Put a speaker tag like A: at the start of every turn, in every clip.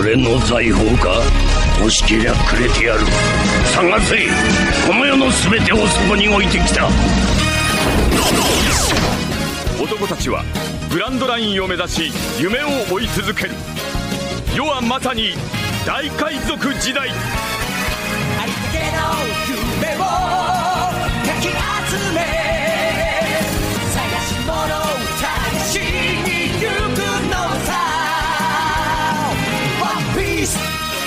A: 俺の財宝か。欲しけりゃくれてやる。探せ。この世のすべてをそこに置いてきた。
B: 男たちはグランドラインを目指し夢を追い続ける。世はまさに大海賊時代。
C: ありったけの夢をかき集め、探し物を探しに行くのさ。ワンピース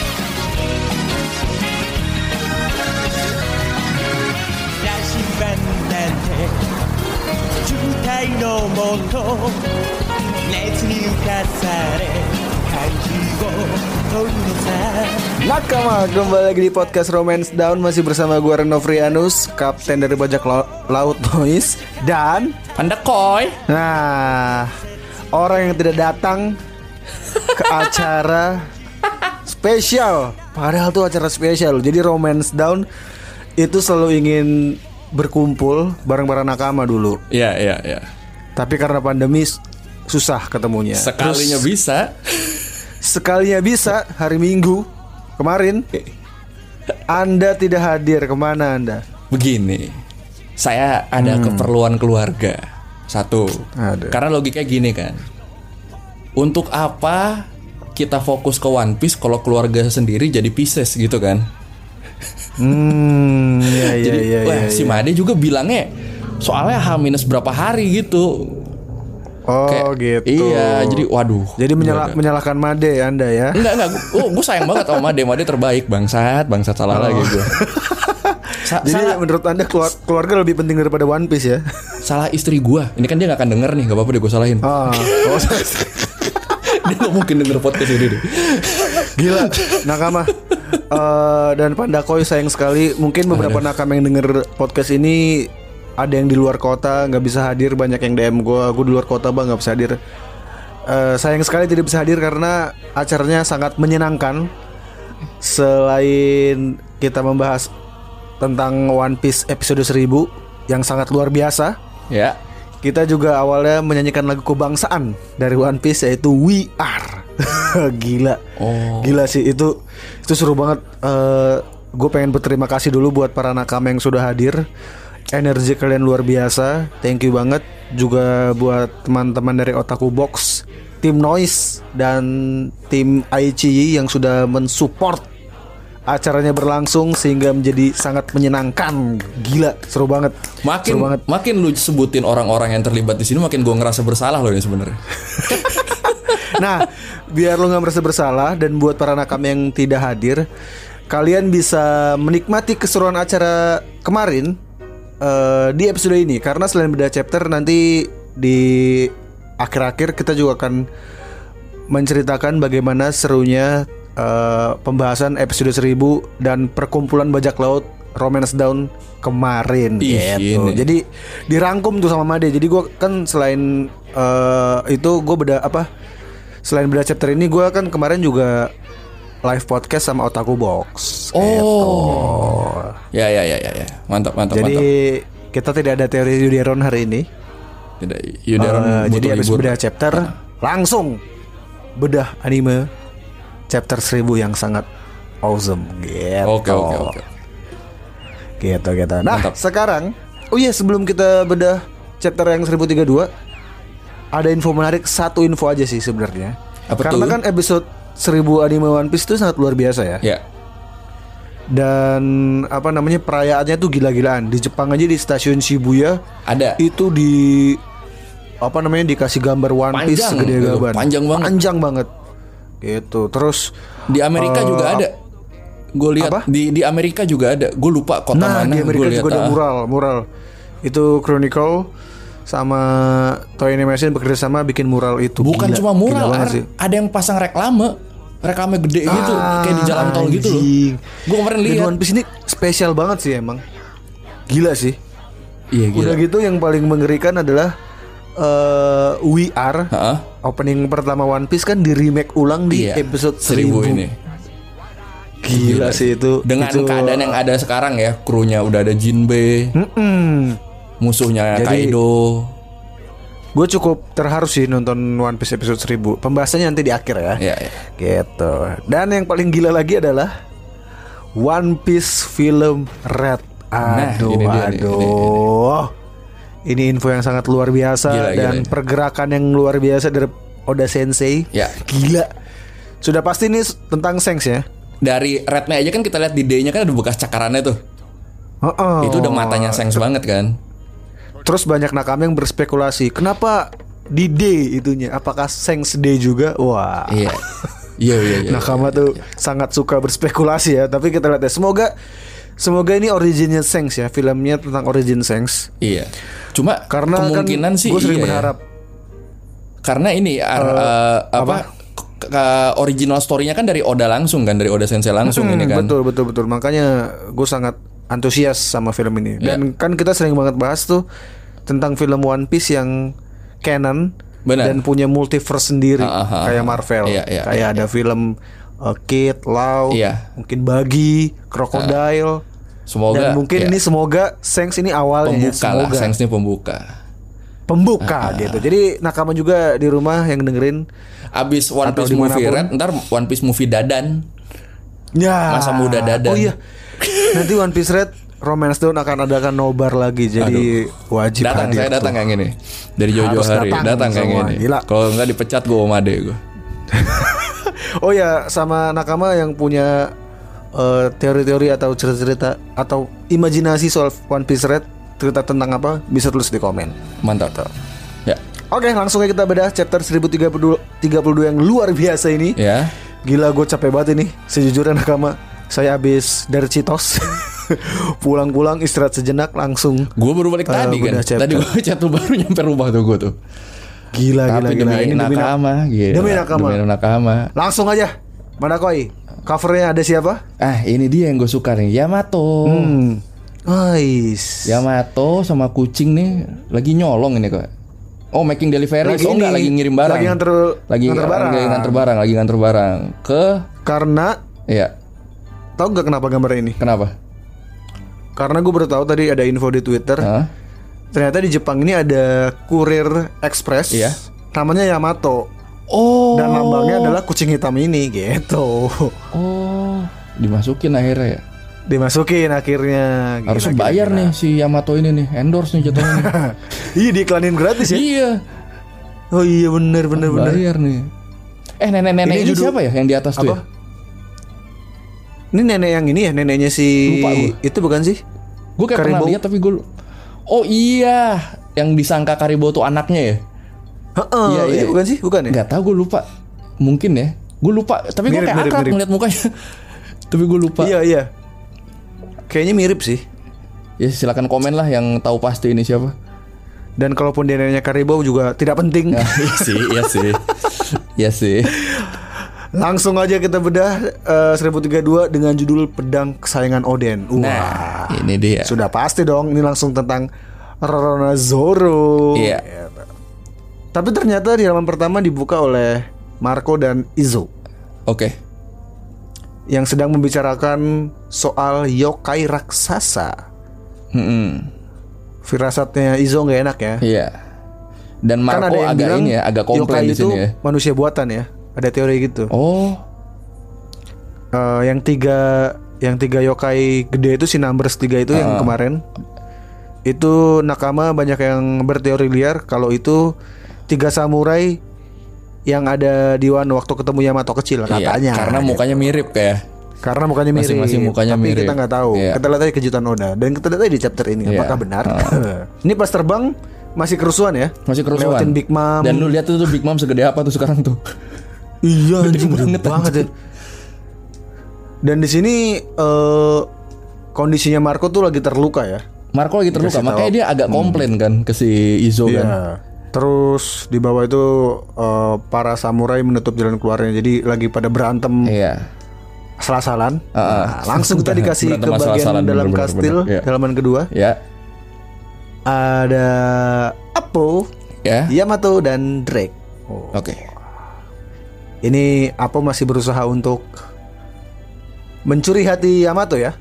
C: 羅針盤なんて渋滞のもと熱に浮かされ漢字を取るのさ。
D: Nakama, kembali lagi di podcast Romance Down. Masih bersama gue Reno Frianus, kapten dari bajak laut Noise. Dan
E: Pandakoy.
D: Nah, orang yang tidak datang ke acara spesial. Padahal tuh acara spesial. Jadi Romance Down itu selalu ingin berkumpul bareng-bareng nakama dulu.
E: Iya.
D: Tapi karena pandemi susah ketemunya.
E: Sekalinya
D: bisa hari Minggu kemarin Anda tidak hadir. Kemana Anda?
E: Begini, saya ada keperluan keluarga. Satu,
D: Ada.
E: karena logikanya gini kan, untuk apa kita fokus ke One Piece kalau keluarga sendiri jadi Pisces gitu kan?
D: Iya.
E: Si Made juga bilangnya soalnya H- berapa hari gitu.
D: Oh gitu.
E: Iya, jadi waduh.
D: Jadi menyalahkan Made Anda ya?
E: Enggak. Gue sayang banget sama Made. Made terbaik. Bangsat salah lagi gue.
D: Jadi menurut Anda keluarga lebih penting daripada One Piece ya?
E: Salah istri gue. Ini kan dia gak akan denger nih. Gak apa-apa deh gue salahin. Dia gak mungkin denger podcast ini deh.
D: Gila Nakama dan Pandakoy sayang sekali. Mungkin beberapa nakama yang denger podcast ini ada yang di luar kota, gak bisa hadir. Banyak yang DM gue di luar kota bang, gak bisa hadir. Sayang sekali tidak bisa hadir karena acaranya sangat menyenangkan. Selain kita membahas tentang One Piece episode 1000 yang sangat luar biasa,
E: Ya.
D: kita juga awalnya menyanyikan lagu kebangsaan dari One Piece, yaitu We Are. Gila. Gila sih itu seru banget. Gue pengen berterima kasih dulu buat para nakama yang sudah hadir. Energi kalian luar biasa. Thank you banget. Juga buat teman-teman dari Otaku Box, tim Noise dan tim Aichi yang sudah mensupport acaranya berlangsung sehingga menjadi sangat menyenangkan. Gila, seru banget.
E: Makin lu sebutin orang-orang yang terlibat di sini, makin gue ngerasa bersalah loh ini sebenarnya.
D: Nah, biar lo gak merasa bersalah dan buat para nakam yang tidak hadir, kalian bisa menikmati keseruan acara kemarin di episode ini. Karena selain beda chapter, nanti di akhir-akhir kita juga akan menceritakan bagaimana serunya pembahasan episode 1000 dan perkumpulan bajak laut Romance Down kemarin gitu. Jadi dirangkum tuh sama Made. Jadi gue kan selain itu gue selain beda chapter ini, gue kan kemarin juga live podcast sama Otaku Box.
E: Ya. Mantap.
D: Jadi kita tidak ada teori Yuderon hari ini.
E: Tidak. Yuderon
D: jadi habis beda chapter langsung bedah anime chapter 1000 yang sangat awesome gitu.
E: Oke.
D: Gitu. Nah,
E: Mantap.
D: sekarang sebelum kita bedah chapter yang 1032, ada info menarik. Satu info aja sih sebenarnya. Karena kan episode 1000 anime One Piece itu sangat luar biasa ya.
E: Ya.
D: Dan perayaannya tuh gila-gilaan. Di Jepang aja di stasiun Shibuya
E: ada.
D: Itu dikasih gambar One Piece segede gaban. Panjang banget. Gitu. Terus
E: di Amerika juga ada. Gue lihat di Amerika juga ada. Gue lupa kota mana.
D: Di Amerika juga ada mural. Itu Chronicle sama Toei Animation bekerja sama bikin mural itu.
E: Bukan
D: gila,
E: cuma mural,
D: ada
E: yang pasang reklame gede gitu, kayak di jalan tol gitu loh. Gue kemarin lihat.
D: One Piece ini spesial banget sih emang. Gila sih.
E: Iya gila.
D: Udah gitu yang paling mengerikan adalah We Are. Opening pertama One Piece kan di remake ulang di episode 1000
E: ini.
D: Gila sih itu.
E: Dengan keadaan yang ada sekarang ya, krunya udah ada Jinbe, musuhnya
D: jadi,
E: Kaido.
D: Gue cukup terharu sih nonton One Piece episode 1000. Pembahasannya nanti di akhir ya.
E: Iya.
D: Gitu. Dan yang paling gila lagi adalah One Piece film Red. Aduh,
E: ini dia nih,
D: aduh. Ini info yang sangat luar biasa. Dan
E: gila.
D: pergerakan yang luar biasa dari Oda Sensei.
E: Ya.
D: Gila. Sudah pasti ini tentang Shanks ya.
E: Dari rednya aja kan kita lihat di D-nya kan ada bekas cakarannya tuh. Itu udah matanya Shanks banget kan.
D: Terus banyak nakama yang berspekulasi, kenapa di D itunya? Apakah Shanks D juga? Wah.
E: Iya.
D: Nakama tuh sangat suka berspekulasi ya. Tapi kita lihat ya. Semoga ini originnya Shanks ya. Filmnya tentang origin Shanks.
E: Iya. Cuma
D: Karena
E: kemungkinan
D: kan
E: sih
D: gue sering
E: iya.
D: berharap.
E: Karena ini original story-nya kan dari Oda langsung kan, dari Oda Sensei langsung ini kan.
D: Betul. Makanya gue sangat antusias sama film ini. Dan kan kita sering banget bahas tuh tentang film One Piece yang canon.
E: Benar.
D: Dan punya multiverse sendiri kayak Marvel. Kayak ada film Kid, Law, mungkin Buggy, Crocodile.
E: Semoga.
D: Dan mungkin ini semoga Shanks ini awalnya
E: pembuka
D: semoga.
E: lah, Shanks ini pembuka.
D: Gitu. Jadi nakama juga di rumah yang dengerin.
E: Abis One Piece movie Red, ntar One Piece movie Dadan.
D: Ya.
E: Masa muda Dadan.
D: Oh iya. Nanti One Piece Red Romance Dawn akan adakan nobar lagi. Jadi wajib
E: datang,
D: hadir.
E: saya datang kayak gini. Dari Jojo
D: Harus
E: Hari datang kayak
D: semua.
E: gini.
D: Gila.
E: Kalau enggak dipecat gue sama adek gue.
D: Oh ya, sama nakama yang punya teori-teori atau cerita-cerita atau imajinasi soal One Piece Red, cerita tentang apa, bisa tulis di komen.
E: Mantap. Ya.
D: Oke, langsung aja kita bedah chapter 1032 yang luar biasa ini.
E: Ya.
D: Gila, gue capek banget ini. Sejujurnya nakama, saya habis dari Citos. Pulang-pulang istirahat sejenak langsung.
E: Gue baru balik tadi kan. Tadi gue chat tuh baru nyampe rumah tuh gue tuh.
D: Gila.
E: Ini nakama.
D: Demi
E: nakama.
D: Langsung aja. Mana koi? Covernya ada siapa?
E: Ini dia yang gue suka nih, Yamato.
D: Nice.
E: Yamato sama kucing nih lagi nyolong ini kok. Oh, making delivery. Lagi ngirim barang.
D: Lagi nganter barang.
E: Lagi nganter barang ke.
D: Karena.
E: Iya.
D: Tahu nggak kenapa gambar ini?
E: Kenapa?
D: Karena gue baru tahu tadi ada info di Twitter. Ternyata di Jepang ini ada kurir ekspres.
E: Iya.
D: Namanya Yamato.
E: Oh.
D: Dan lambangnya adalah kucing hitam ini gitu.
E: Oh. Dimasukin akhirnya ya.
D: Dimasukin akhirnya.
E: Harusnya bayar nih si Yamato ini nih, endorse nih jatuhnya nih.
D: Iya, diiklanin gratis ya.
E: Iya.
D: Oh iya, bener.
E: Bayar nih. Nenek-nenek ini siapa ya yang di atas tuh ya?
D: Ini nenek yang ini ya, neneknya si.
E: Lupa gue.
D: Itu bukan sih?
E: Gue kayak pernah lihat tapi gue. Oh iya, yang disangka Karibo tuh anaknya ya? Iya.
D: Bukan sih? Bukan ya?
E: Gak tahu, gue lupa. Mungkin ya. Gue lupa. Tapi gue kayak akrab ngeliat mukanya. Tapi gue lupa.
D: Iya. Kayaknya mirip sih.
E: Ya silakan komen lah yang tahu pasti ini siapa.
D: Dan kalaupun dia neneknya Karibo juga tidak penting.
E: Iya sih.
D: Langsung aja kita bedah 1032 dengan judul Pedang Kesayangan Oden.
E: Nah, ini dia.
D: Sudah pasti dong, ini langsung tentang Roronoa-Zoro.
E: Iya.
D: Tapi ternyata di halaman pertama dibuka oleh Marco dan Izo.
E: Oke.
D: Yang sedang membicarakan soal yokai raksasa. Firasatnya Izo nggak enak ya.
E: Iya. Dan Marco
D: kan ada yang
E: agak
D: bilang
E: ini ya, agak komplain di sini ya.
D: Manusia buatan ya. Ada teori gitu.
E: Oh.
D: Yang tiga yokai gede itu si Numbers 3 itu yang kemarin. Itu nakama banyak yang berteori liar kalau itu 3 samurai yang ada di Wano waktu ketemu Yamato kecil katanya.
E: Iya, karena mukanya mirip kayak.
D: Karena mukanya mirip.
E: Masing-masing mukanya
D: tapi
E: mirip.
D: Kita nggak tahu.
E: Iya.
D: Kita lihat aja kejutan Oda dan kita lihat aja di chapter ini apakah benar. Ini pas terbang masih kerusuhan ya.
E: Masih kerusuhan.
D: Lewatin Big Mom.
E: Dan lu lihat tuh Big Mom segede apa tuh sekarang tuh.
D: Iya, anjing gede banget ya. Dan di sini kondisinya Marco tuh lagi terluka ya.
E: Marco lagi terluka, makanya dia agak komplain kan ke si Izo kan.
D: Terus di bawah itu para samurai menutup jalan keluarnya. Jadi lagi pada berantem.
E: Iya.
D: Asal-asalan. Langsung kita dikasih ke bagian dalam kastil halaman kedua.
E: Ya.
D: Ada Apo, Yamato dan Drake.
E: Oke.
D: Ini Apo masih berusaha untuk mencuri hati Yamato ya.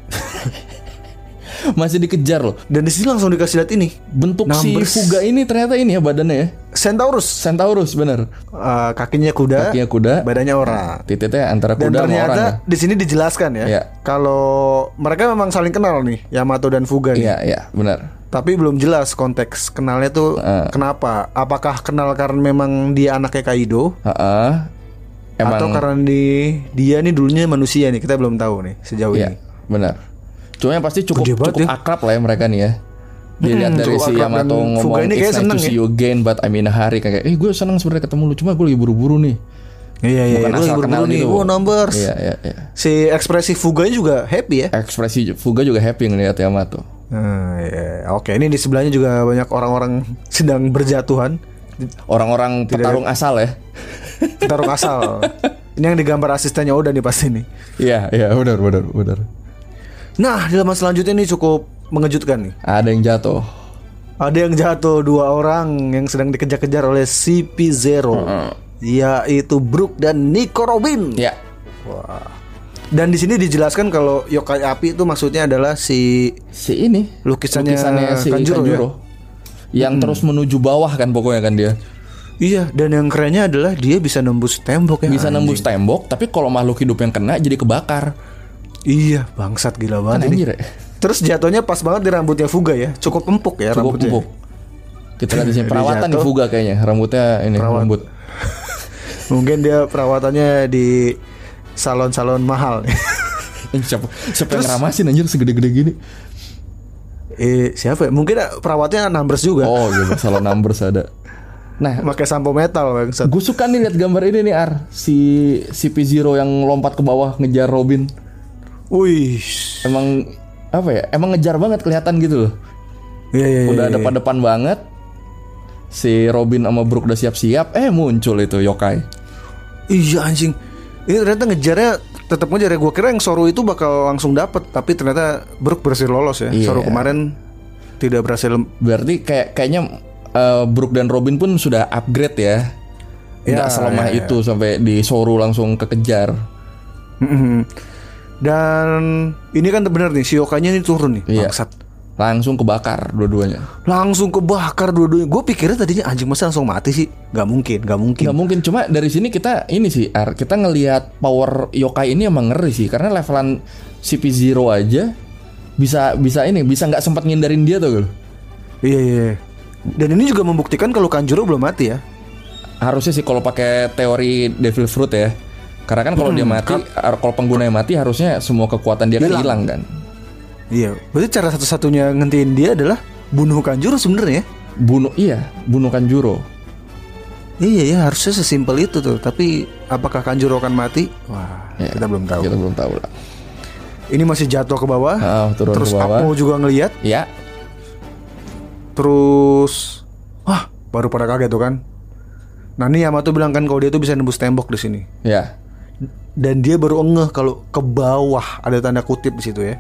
E: Masih dikejar loh.
D: Dan di sini langsung dikasih lihat ini.
E: Bentuk si Fuga ini ternyata ini ya badannya ya.
D: Centaurus,
E: bener.
D: kakinya kuda, badannya orang.
E: Titiknya antara
D: Dan
E: kuda sama orang.
D: ternyata
E: Ya.
D: di sini dijelaskan ya,
E: Iya.
D: kalau mereka memang saling kenal nih, Yamato dan Fuga nih.
E: Iya, benar.
D: Tapi belum jelas konteks kenalnya tuh kenapa? Apakah kenal karena memang dia anaknya Kaido?
E: Emang
D: Atau karena dia nih dulunya manusia nih, kita belum tahu nih sejauh
E: iya,
D: ini.
E: benar. Cuma yang pasti
D: Gede banget
E: cukup
D: ya.
E: akrab lah ya mereka nih ya. Dilihat dari
D: cukup
E: si
D: akrab,
E: Yamato
D: dan
E: ngomong
D: Fuga ini
E: it's
D: kayak
E: nice
D: seneng
E: to see
D: ya.
E: you again but I'm in a hurry, kayak gue seneng sebenarnya ketemu lu, cuma gue lagi buru-buru nih.
D: Iya,
E: Bukan
D: gue
E: asal kenal
D: buru-buru nih.
E: gitu.
D: Numbers.
E: Iya.
D: Si ekspresi Fuga juga happy ya.
E: Ekspresi Fuga juga happy ngeliat Yamato.
D: Iya. Oke, ini di sebelahnya juga banyak orang-orang sedang berjatuhan.
E: Orang-orang petarung asal ya.
D: Petarung asal. Ini yang digambar asistennya Oda nih pasti nih.
E: Iya, benar.
D: Nah, di halaman selanjutnya ini cukup mengejutkan nih.
E: Ada yang jatuh.
D: Ada yang jatuh, 2 orang yang sedang dikejar-kejar oleh CP0, yaitu Brook dan Nico Robin.
E: Ya.
D: Dan di sini dijelaskan kalau yokai api itu maksudnya adalah si
E: ini
D: lukisannya
E: si
D: Kanjuro ya?
E: Yang terus menuju bawah kan pokoknya kan dia.
D: Iya, dan yang kerennya adalah dia bisa nembus tembok ya.
E: Bisa
D: anjing.
E: nembus tembok, tapi kalau makhluk hidup yang kena jadi kebakar.
D: Iya, bangsat gila
E: Kan
D: banget ini.
E: anjir ya.
D: Terus jatuhnya pas banget di rambutnya Fuga ya. Cukup empuk ya
E: Cukup
D: rambutnya.
E: empuk. Kita lihat di sini
D: Dia
E: perawatan di
D: jatuh.
E: Fuga kayaknya. Rambutnya ini rambut.
D: Mungkin dia perawatannya di salon-salon mahal.
E: Siapa yang ngeramasin anjir segede-gede gini?
D: Siapa ya? Mungkin perawatnya Numbers juga.
E: Oh iya, salon numbers ada. Nah,
D: Pakai sampo metal bangsat.
E: gue suka nih lihat gambar ini nih si CP0 yang lompat ke bawah ngejar Robin.
D: Wih.
E: Emang apa ya? Emang ngejar banget kelihatan gitu loh.
D: Iya.
E: Udah depan-depan banget. Si Robin sama Brook udah siap-siap, muncul itu yokai.
D: Iya anjing. Ini ternyata ngejarnya tetap ngejar ya. Gue kira yang Soru itu bakal langsung dapet, tapi ternyata Brook berhasil lolos ya.
E: Iya.
D: Soru kemarin tidak berhasil.
E: Berarti kayaknya Brook dan Robin pun sudah upgrade ya. Nggak selemah itu sampai di Soru langsung kekejar.
D: Dan ini kan benar nih, si yokainya ini turun nih,
E: Iya.
D: bangsat.
E: Langsung kebakar dua-duanya.
D: Langsung kebakar dua-duanya. Gue pikirnya tadinya anjing masa langsung mati sih. Gak mungkin.
E: Nggak mungkin, cuma dari sini kita ini sih kita ngelihat power yokai ini emang ngeri sih, karena levelan CP0 aja bisa nggak sempat ngindarin dia tuh.
D: Iya. Dan ini juga membuktikan kalau Kanjuro belum mati ya.
E: Harusnya sih kalau pakai teori Devil Fruit ya. Karena kan kalau dia mati, kalau penggunanya mati harusnya semua kekuatan dia kan hilang kan.
D: Iya. Berarti cara satu-satunya ngentiin dia adalah bunuh Kanjuro sebenarnya.
E: Bunuh Kanjuro.
D: Iya ya, harusnya sesimpel itu tuh. Tapi apakah Kanjuro akan mati? Wah,
E: Ya,
D: kita belum tahu.
E: Kita belum tahu lah.
D: Ini masih jatuh ke bawah.
E: Turun
D: Terus
E: ke bawah.
D: Apo juga ngelihat.
E: Ya,
D: Terus baru pada kaget tuh kan. Nah ini Yamato bilang kan kalau dia tuh bisa nembus tembok di sini.
E: ya.
D: Dan dia baru ngeh kalau ke bawah ada tanda kutip di situ ya.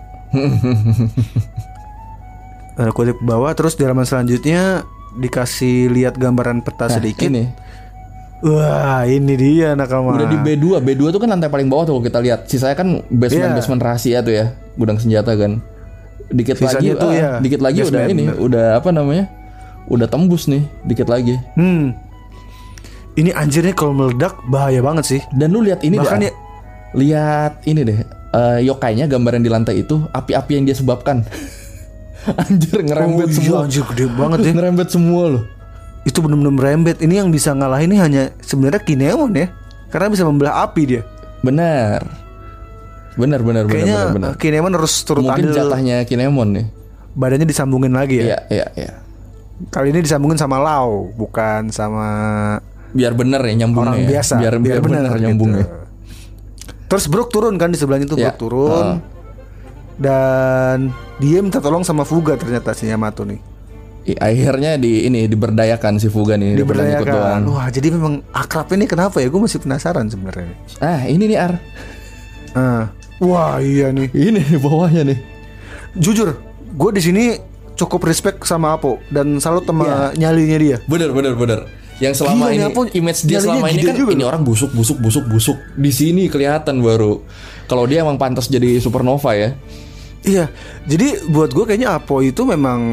D: Tanda kutip ke bawah. Terus di halaman selanjutnya dikasih lihat gambaran peta sedikit.
E: Ini
D: Wah ini dia nakama.
E: udah di B2. B2 tuh kan lantai paling bawah tuh kalau kita lihat. Sisanya kan basement rahasia tuh ya, gudang senjata kan. Dikit
D: Sisanya
E: lagi
D: tuh ya,
E: dikit lagi udah
D: basement,
E: ini,
D: bener.
E: udah apa namanya? Udah tembus nih, dikit lagi.
D: Ini anjirnya kalau meledak bahaya banget sih.
E: Dan lu lihat ini
D: Bahkan
E: deh. Lihat ini deh. Yokainya gambaran di lantai itu api-api yang dia sebabkan. Anjir ngerembet semua.
D: Anjir gede banget ya.
E: Ngerembet semua loh.
D: Itu benar-benar merembet. Ini yang bisa ngalahin ini hanya sebenarnya Kinemon ya. Karena bisa membelah api dia.
E: Benar.
D: Kayaknya Kinemon harus turut
E: Mungkin
D: andil.
E: jatahnya Kinemon nih.
D: Badannya disambungin lagi ya.
E: Iya.
D: Kali ini disambungin sama Lau, bukan sama
E: Biar bener ya nyambungnya.
D: orang
E: ya.
D: biasa.
E: Biar bener
D: gitu.
E: nyambungnya.
D: Terus Brook turun kan di sebelahnya tuh.
E: Iya.
D: Brook turun. Dan dia minta tolong sama Fuga ternyata si Yamato nih.
E: Akhirnya diberdayakan si Fuga nih. Dia pernah ikut doang.
D: Diberdayakan. Wah jadi memang akrab ini kenapa ya? Gue masih penasaran sebenarnya.
E: Ini nih Ar.
D: Wah iya nih.
E: Ini di bawahnya nih.
D: Jujur, gue di sini cukup respect sama Apo dan salut sama nyalinya dia.
E: Bener. Yang selama
D: Gila,
E: ini
D: nih, Apo,
E: image dia
D: nyalinya
E: selama ini
D: gede
E: kan
D: juga
E: ini
D: loh.
E: orang busuk. Di sini kelihatan baru. Kalau dia emang pantas jadi supernova ya.
D: Iya, jadi buat gue kayaknya Apo itu memang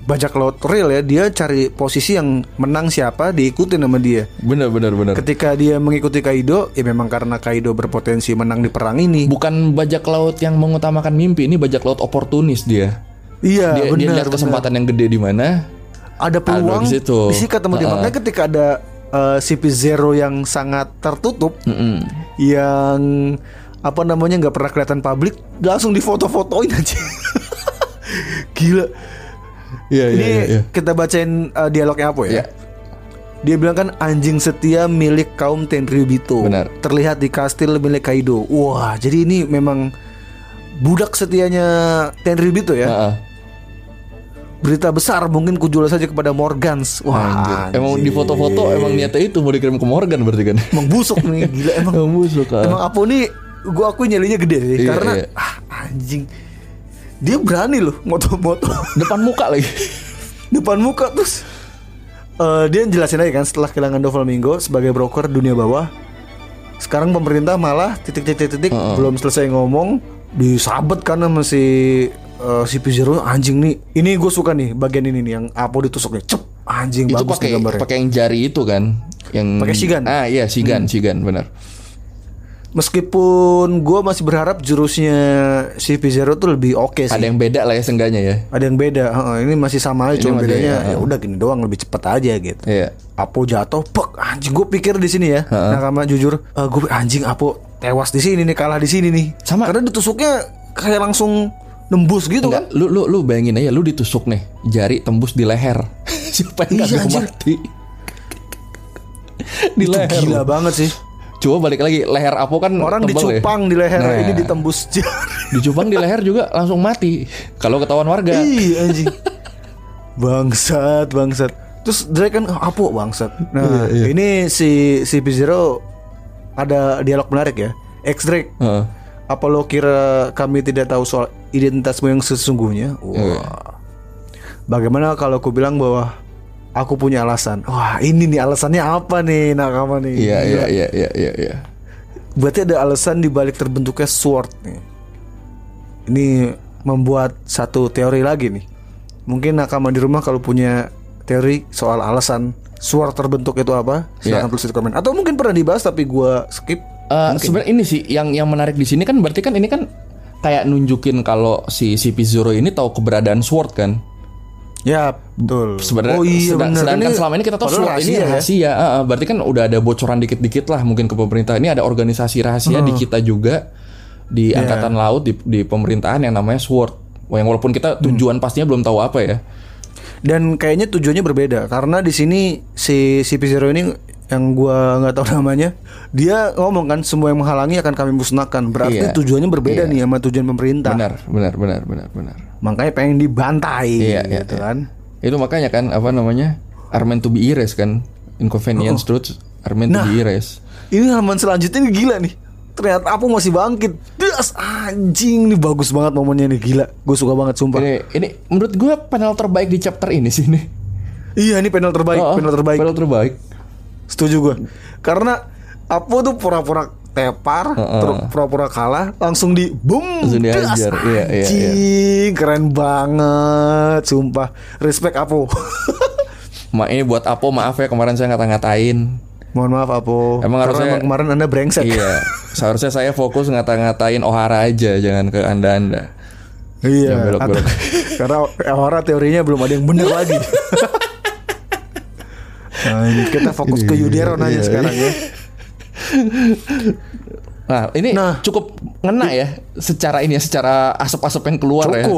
D: bajak laut real ya, dia cari posisi yang menang siapa diikutin sama dia.
E: Benar.
D: Ketika dia mengikuti Kaido, ya memang karena Kaido berpotensi menang di perang ini.
E: Bukan bajak laut yang mengutamakan mimpi, ini bajak laut oportunis dia.
D: Iya,
E: Dia
D: benar.
E: lihat kesempatan yang gede di mana.
D: Ada peluang
E: di situ.
D: disikat sama dia. Makanya ketika ada CP0 yang sangat tertutup, yang apa namanya nggak pernah kelihatan publik, langsung difoto-fotoin aja. Gila.
E: Iya.
D: Ini kita bacain dialognya apa ya?
E: Iya.
D: Dia bilang kan, anjing setia milik kaum Tenryubito.
E: Benar.
D: Terlihat di kastil milik Kaido. Wah, jadi ini memang budak setianya Tenryubito ya. Berita besar mungkin kujual saja kepada Morgans. Wah,
E: Emang di foto-foto emang niatnya itu mau dikirim ke Morgan berarti kan?
D: emang busuk nih, gila emang.
E: Emang busuk.
D: Emang Apo nih, gua akui nyalinya gede sih,
E: Iya,
D: karena
E: iya.
D: anjing, dia berani loh moto-moto
E: Depan muka lagi.
D: depan muka. Terus dia jelasin aja kan, setelah kehilangan Doflamingo sebagai broker dunia bawah, sekarang pemerintah malah titik belum selesai ngomong disabet kan sama si CP0. Anjing nih, ini gue suka nih bagian ini nih yang Apo ditusuk nih, cep, anjing
E: Itu
D: bagus nih gambarnya.
E: pakai yang jari itu kan, yang
D: Pakai Shigan.
E: Iya, Shigan benar.
D: Meskipun gue masih berharap jurusnya CP0 tuh lebih oke sih.
E: Ada yang beda lah ya seenggaknya ya.
D: Ada yang beda. Ini masih sama aja,
E: Ini
D: cuma
E: masih,
D: bedanya
E: ya.
D: ya udah gini doang, lebih cepet aja gitu.
E: Iya.
D: Apo jatuh, pek, anjing, gue pikir di sini ya. Nakama jujur, gue anjing Apo tewas di sini nih, kalah di sini nih.
E: Sama.
D: Karena ditusuknya kayak langsung nembus gitu
E: Enggak,
D: kan.
E: lu bayangin aja, lu ditusuk nih, jari tembus di leher. Siapa yang
D: Iya,
E: nggak
D: anjir.
E: mati? Di
D: Itu
E: leher.
D: gila
E: lu.
D: banget sih.
E: Coba balik lagi, leher Apo kan
D: Orang
E: tebal ya.
D: dicupang di leher,
E: Nah.
D: ini ditembus jari.
E: Dicupang di leher juga langsung mati. Kalau ketahuan warga.
D: Iya anjing. Bangsat. Terus Drake kan Apo bangsat. Nah, ini si CP0 ada dialog menarik ya. Ex Drake,
E: Heeh.
D: apa lo kira kami tidak tahu soal identitasmu yang sesungguhnya? Wah. Bagaimana kalau aku bilang bahwa aku punya alasan? Wah, ini nih alasannya apa nih, Nakama nih?
E: Iya.
D: Gila. Berarti ada alasan di balik terbentuknya sword nih. Ini membuat satu teori lagi nih. Mungkin Nakama di rumah kalau punya teori soal alasan sword terbentuk itu apa, silakan tulis di komen. Atau mungkin pernah dibahas tapi gua skip.
E: Sebenarnya ini sih yang menarik di sini kan, berarti kan ini kan kayak nunjukin kalau si CP0 ini tahu keberadaan sword kan.
D: Ya, betul.
E: Sebenarnya sedangkan selama ini kita tahu
D: padahal
E: sword ini rahasia. Berarti kan udah ada bocoran dikit-dikit lah mungkin ke pemerintah. Ini ada organisasi rahasia di kita juga, di angkatan laut, di pemerintahan yang namanya sword. Yang walaupun kita tujuan pastinya belum tahu apa ya.
D: Dan kayaknya tujuannya berbeda karena di sini si CP0 ini yang gua nggak tahu namanya, dia ngomong kan semua yang menghalangi akan kami musnahkan. Berarti
E: Iya.
D: tujuannya berbeda
E: Iya.
D: nih sama tujuan pemerintah.
E: Benar.
D: Makanya pengen dibantai
E: Iya.
D: gitu kan.
E: Itu makanya kan apa namanya? Are meant to be erased kan. Inconvenience truths are meant to be erased.
D: Ini halaman selanjutnya ini gila nih. Ternyata Apo masih bangkit. Das, anjing, nih bagus banget momennya nih, gila. Gue suka banget sumpah.
E: Ini menurut gue panel terbaik di chapter ini sih nih.
D: Iya, ini panel terbaik,
E: Panel terbaik.
D: Setuju gue. Karena Apo tuh pura-pura tepar, pura-pura kalah, langsung di boom,
E: Langsung
D: das,
E: dihajar. Iya.
D: anjing, keren banget, sumpah. Respect Apo.
E: Ini buat Apo, maaf ya kemarin saya ngata-ngatain.
D: Mohon maaf Apo.
E: Emang
D: Karena
E: harusnya-
D: emang kemarin Anda brengsek.
E: Iya, seharusnya saya fokus ngata-ngatain Ohara aja, jangan ke Anda.
D: Iya.
E: Yang belok-belok.
D: Karena Ohara teorinya belum ada yang benar lagi. Nah, ini kita fokus ke Yuderon aja
E: Iya.
D: sekarang ya.
E: Nah, ini
D: Nah.
E: cukup ngena ya secara ini ya, secara asap-asap yang keluar ya.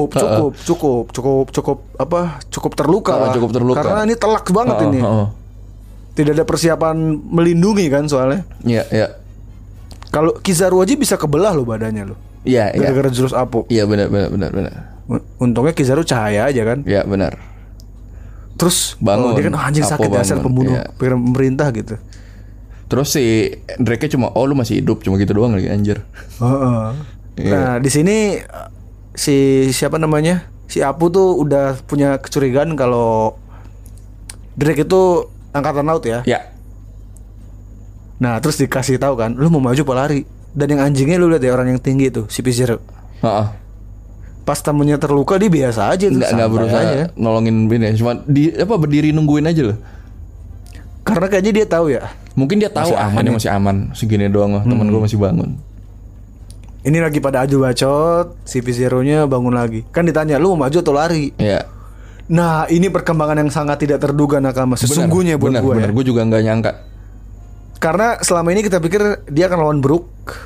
D: Cukup terluka lah.
E: Cukup terluka.
D: Karena ini telak banget ini. Tidak ada persiapan melindungi kan soalnya.
E: Iya.
D: Kalau Kizaru aja bisa kebelah loh badannya loh.
E: Iya.
D: Gara-gara jurus Apo.
E: Iya benar.
D: Untungnya Kizaru cahaya aja kan.
E: Iya benar.
D: Terus
E: Bangun.
D: dia kan anjing
E: Apo
D: sakit dasar
E: bangun.
D: pembunuh
E: Iya.
D: pemerintah gitu.
E: Terus si Drake cuma lu masih hidup, cuma gitu doang lagi anjir. Iya.
D: Nah di sini si siapa namanya, si Apu tuh udah punya kecurigaan kalau Drake itu angkatan laut ya.
E: Ya.
D: Nah terus dikasih tahu kan, lu mau maju apa lari? Dan yang anjingnya lu lihat ya, orang yang tinggi itu, si P0.
E: Heeh.
D: Pas temennya terluka dia biasa aja tuh.
E: Nggak berusaha
D: aja.
E: nolongin Bin ya. Cuma berdiri nungguin aja loh.
D: Karena kayaknya dia tahu ya.
E: Mungkin dia tahu ini masih aman. Segini doang lah, teman gue masih bangun.
D: Ini lagi pada aju bacot, si P0-nya bangun lagi. Kan ditanya, lu mau maju atau lari?
E: Iya.
D: Nah, ini perkembangan yang sangat tidak terduga Nakama sesungguhnya buat gue ya.
E: Gue juga nggak nyangka.
D: Karena selama ini kita pikir dia akan lawan Brook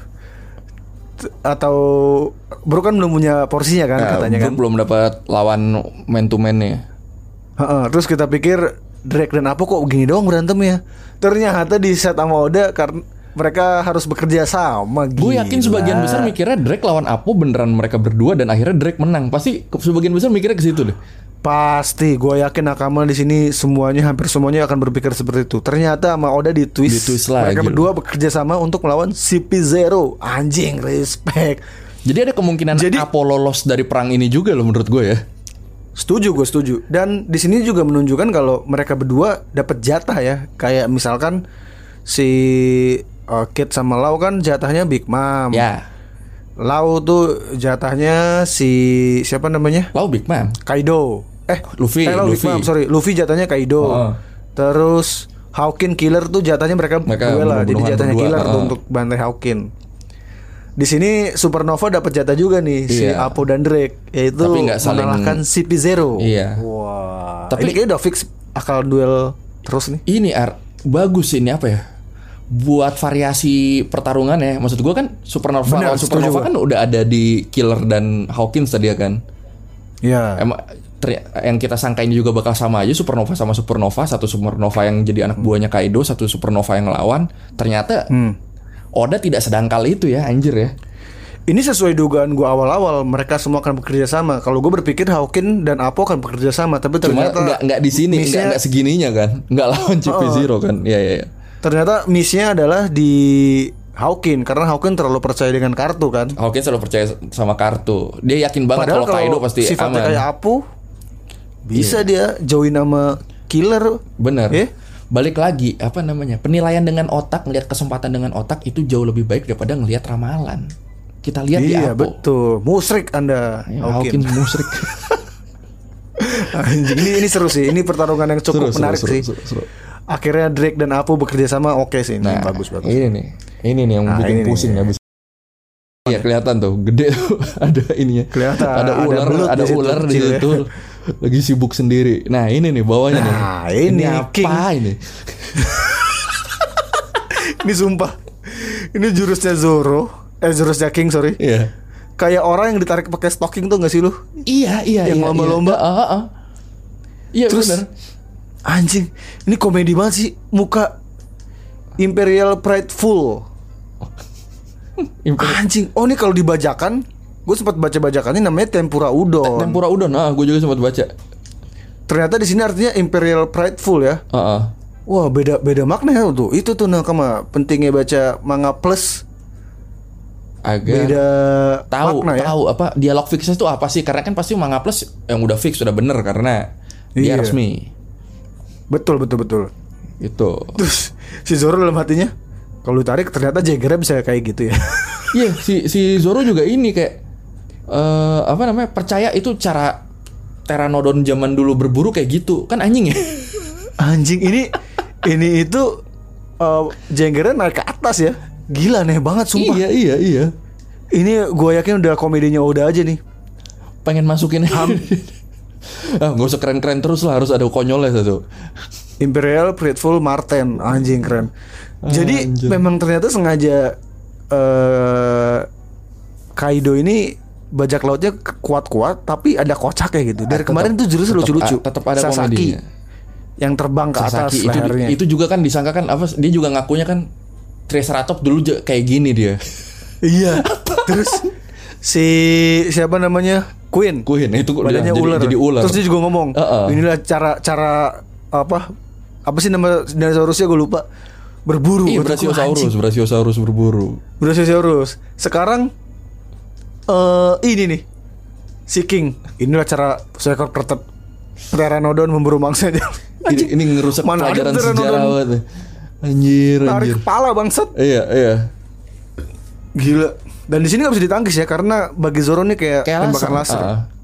D: atau Brook kan belum punya porsinya kan katanya kan.
E: Belum dapat lawan man to man-nya.
D: Terus kita pikir Drake dan Apo kok gini doang berantemnya. Ternyata di set sama Oda karena mereka harus bekerja sama.
E: Gue yakin sebagian besar mikirnya Drake lawan Apo beneran mereka berdua dan akhirnya Drake menang. Pasti sebagian besar mikirnya ke situ deh.
D: Pasti, gue yakin Nakama di sini hampir semuanya akan berpikir seperti itu. Ternyata sama Oda di twist mereka berdua bekerja sama untuk melawan CP0. Anjing, respect.
E: Jadi ada kemungkinan Apo lolos dari perang ini juga loh menurut gue ya.
D: Gue setuju. Dan di sini juga menunjukkan kalau mereka berdua dapat jatah ya. Kayak misalkan si Kid sama Lau kan jatahnya Big Mom.
E: Ya.
D: Lau tuh jatahnya si siapa namanya?
E: Lau Big Mom.
D: Kaido.
E: Luffy.
D: Big Mom, sorry. Luffy jatahnya Kaido. Terus Hawkin Killer tuh jatahnya mereka berdua lah. Jadi jatahnya Killer tuh untuk bantai Hawkin. Di sini Supernova dapat jatah juga nih si Apo dan Drake, yaitu mengalahkan CP0.
E: Iya.
D: Wah. Tapi ini kayaknya udah fix akal duel terus nih.
E: Ini bagus ini apa ya? Buat variasi pertarungan ya. Maksud gue kan Supernova kan udah ada di Killer dan Hawkins tadi ya kan.
D: Iya.
E: Emang yang kita sangka ini juga bakal sama aja Supernova sama Supernova. Satu Supernova yang jadi anak buahnya Kaido, satu Supernova yang ngelawan. Ternyata Oda tidak sedangkal itu ya, anjir ya.
D: Ini sesuai dugaan gue awal-awal, mereka semua akan bekerja sama. Kalau gue berpikir Hawkin dan Apo akan bekerja sama, tapi ternyata
E: nggak di sini, nggak segininya kan, nggak lawan CP0 kan, iya.
D: Ternyata misinya adalah di Hawkin karena Hawkin terlalu percaya dengan kartu kan.
E: Hawkin selalu percaya sama kartu. Dia yakin banget kalau Kaido pasti
D: sifatnya
E: aman.
D: Kayak Apo, bisa dia join sama Killer.
E: Bener. Balik lagi penilaian dengan otak, ngelihat kesempatan dengan otak itu jauh lebih baik daripada ngelihat ramalan. Kita lihat di Apo. Iya
D: betul. Musrik Anda.
E: Hawkin musrik.
D: Anjing, ini seru sih. Ini pertarungan yang cukup menarik sih. Seru. Akhirnya Drake dan Apo bekerja sama, oke sih. Ini bagus.
E: Ini nih yang bikin pusing ya. Iya kelihatan tuh, gede tuh ada ininya.
D: Kelihatan.
E: Ada ular di situ. Lagi sibuk sendiri. Nah ini nih bawahnya nih.
D: Ini
E: apa
D: King.
E: ini?
D: Ini sumpah. Ini jurusnya Zoro. Jurusnya King, sorry.
E: Iya.
D: Kayak orang yang ditarik pakai stocking tuh gak sih lu?
E: Iya.
D: Yang lomba-lomba.
E: Iya
D: terus, bener. Anjing, ini komedi banget sih. Muka Imperial Prideful. Anjing. Oh ini kalau dibajakan, gue sempat baca bajakannya namanya Tempura Udon.
E: Tempura Udon, gue juga sempat baca.
D: Ternyata di sini artinya Imperial Prideful ya. Wah beda makna ya tuh. Itu tuh Nakama pentingnya baca manga plus.
E: Agak
D: beda
E: tahu
D: makna, ya?
E: Tahu apa dialog fixnya itu apa sih? Karena kan pasti manga plus yang udah fix sudah bener karena dia resmi. Betul.
D: Itu. Terus si Zoro dalam hatinya, kalau ditarik ternyata Jaggernya bisa kayak gitu ya.
E: Iya, si Zoro juga ini kayak percaya itu cara Pteranodon zaman dulu berburu kayak gitu. Kan anjing ya.
D: Anjing ini itu Jaggernya naik ke atas ya. Gila aneh banget sumpah.
E: Iya.
D: Ini gue yakin udah komedinya udah aja nih.
E: Pengen masukin gak usah keren-keren terus lah, harus ada konyolnya satu.
D: Imperial Prideful Marten, anjing keren. Jadi memang ternyata sengaja Kaido ini bajak lautnya kuat-kuat tapi ada kocaknya gitu. Dari kemarin tuh jurus lucu-lucu.
E: Tetap ada
D: Sasaki
E: komedinya.
D: Yang terbang ke atas lehernya.
E: Itu juga kan disangka kan dia juga ngakunya kan Triceratops dulu kayak gini dia.
D: Iya. Terus siapa namanya? Queen
E: itu
D: badannya
E: jadi ular.
D: Terus dia juga ngomong, inilah cara apa sih nama dinosaurusnya gue lupa. Berburu.
E: Iya, Brachiosaurus berburu.
D: Brachiosaurus. Sekarang ini nih si King. Inilah cara seekor Pteranodon memburu mangsanya.
E: Ini ngerusak pelajaran sejarah banget. Anjir.
D: Tarik kepala bangsat.
E: Iya.
D: Gila. Dan di sini nggak bisa ditangkis ya karena bagi Zoro nih kayak tembakan laser.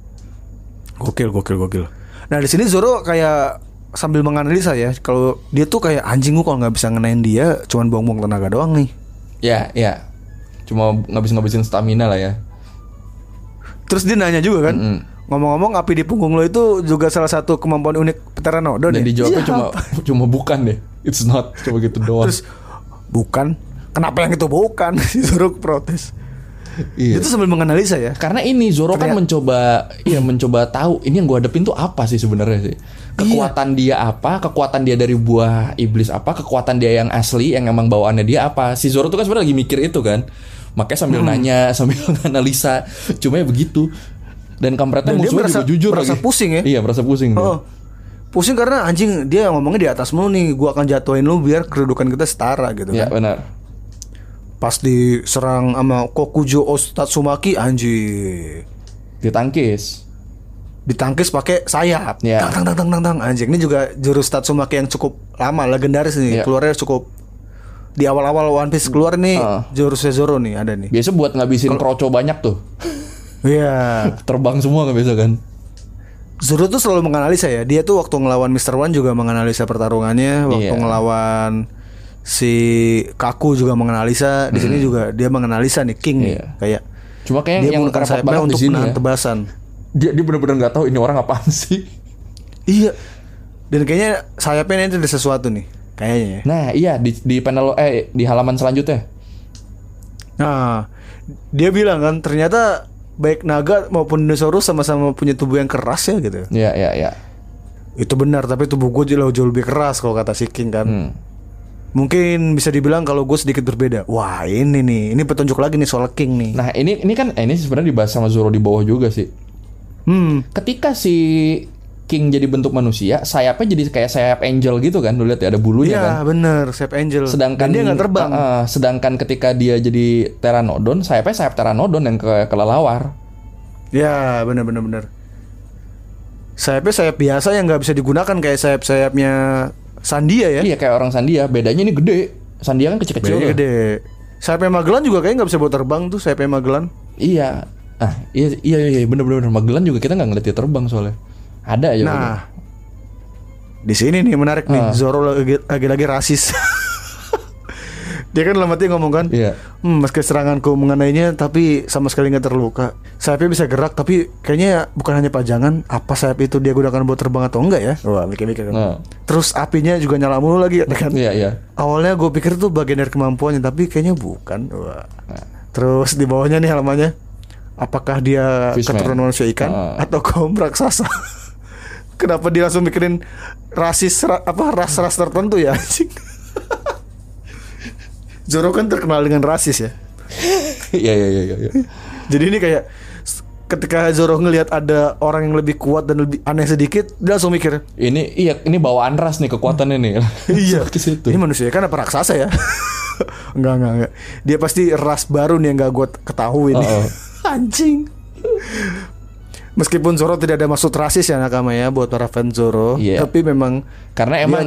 D: Gokil. Nah di sini Zoro kayak sambil menganalisa ya, kalau dia tuh kayak anjing, gue kalau nggak bisa ngenain dia, cuman buang-buang tenaga doang nih.
E: Ya. Cuma ngabisin stamina lah ya.
D: Terus dia nanya juga kan, ngomong-ngomong api di punggung lo itu juga salah satu kemampuan unik Pteranodon.
E: Dan
D: ya?
E: dijawabnya cuma bukan deh. It's not, cuma gitu doang.
D: Terus bukan, kenapa yang itu bukan? Si Zoro protes.
E: Iya.
D: Itu sambil menganalisa ya.
E: Karena ini Zoro kan mencoba tahu ini yang gue hadapin tuh apa sih sebenarnya sih. Kekuatan dia apa? Kekuatan dia dari buah iblis apa? Kekuatan dia yang asli yang emang bawaannya dia apa? Si Zoro tuh kan sebenarnya lagi mikir itu kan. Makanya sambil nanya, sambil analisa. Cuma ya begitu. Dan kampretnya musuhnya juga jujur lagi.
D: Merasa pusing ya.
E: Iya, merasa pusing.
D: Pusing karena anjing dia ngomongnya di atas mulu nih. Gua akan jatuhin lu biar kedudukan kita setara gitu
E: kan. Iya, benar.
D: Pas diserang sama Kokujo Tatsumaki, anjing ditangkis pakai sayap. Tang anjing. Ini juga jurus Tatsumaki yang cukup lama, legendaris nih. Keluarnya cukup di awal-awal One Piece keluar nih. Jurusnya Zoro nih ada nih.
E: Biasa buat ngabisin kroco banyak tuh.
D: Iya.
E: Terbang semua kan biasa kan.
D: Zoro tuh selalu menganalisa ya. Dia tuh waktu ngelawan Mr. One juga menganalisa pertarungannya. Waktu ngelawan si Kaku juga menganalisa. Di sini juga dia menganalisa nih King nih. Kayak
E: cuma kayak
D: dia
E: yang
D: menggunakan sayapnya untuk menahan tebasan. Dia
E: benar-benar nggak tahu ini orang apaan sih.
D: Iya. Dan kayaknya sayapnya ini ada sesuatu nih. Kayaknya.
E: Nah iya di panel di halaman selanjutnya.
D: Nah dia bilang kan ternyata baik naga maupun dinosaurus sama-sama punya tubuh yang keras ya gitu.
E: Iya.
D: Itu benar, tapi tubuh gue jauh lebih keras kalau kata si King kan. Mungkin bisa dibilang kalau gue sedikit berbeda. Wah ini petunjuk lagi nih soal King nih.
E: Nah ini kan ini sebenarnya dibahas sama Zoro di bawah juga sih. Ketika si King jadi bentuk manusia, sayapnya jadi kayak sayap angel gitu kan. Lu lihat ya ada bulunya kan. Iya
D: bener, sayap angel.
E: Sedangkan
D: dan dia nggak terbang.
E: Sedangkan ketika dia jadi Pteranodon, sayapnya sayap Pteranodon yang kelelawar.
D: Ya bener. Sayapnya sayap biasa yang nggak bisa digunakan kayak sayapnya Sandia ya.
E: Iya kayak orang Sandia. Bedanya ini gede. Sandia kan kecil-kecil.
D: Bedanya gede. Sayapnya Magellan juga kayaknya nggak bisa buat terbang tuh sayapnya Magellan.
E: Iya. Iya bener. Magellan juga kita nggak ngeliat dia terbang soalnya. Ada aja.
D: Nah, di sini nih menarik nih. Zoro lagi-lagi rasis. Dia kan dalam hati ngomong kan, meski seranganku mengenainya, tapi sama sekali nggak terluka. Sayapnya bisa gerak, tapi kayaknya bukan hanya pajangan. Apa sayap itu dia gunakan buat terbang atau enggak ya? Wah, mikir-mikir kan. Terus apinya juga nyala mulu lagi kan? Iya. Awalnya gue pikir itu bagian dari kemampuannya, tapi kayaknya bukan. Wah. Terus di bawahnya nih halamannya, apakah dia keturunan manusia ikan atau kaum raksasa? Kenapa dia langsung mikirin ras tertentu ya anjing? Zoro kan terkenal dengan rasis ya.
E: Iya.
D: Jadi ini kayak ketika Zoro ngelihat ada orang yang lebih kuat dan lebih aneh sedikit, dia langsung mikir,
E: ini bawaan ras nih kekuatannya nih.
D: Iya. Ini manusia kan apa raksasa ya? Enggak. Dia pasti ras baru nih yang enggak gue ketahui nih. Anjing. Meskipun Zoro tidak ada maksud rasis ya nakama ya buat para fans Zoro, tapi memang
E: karena emang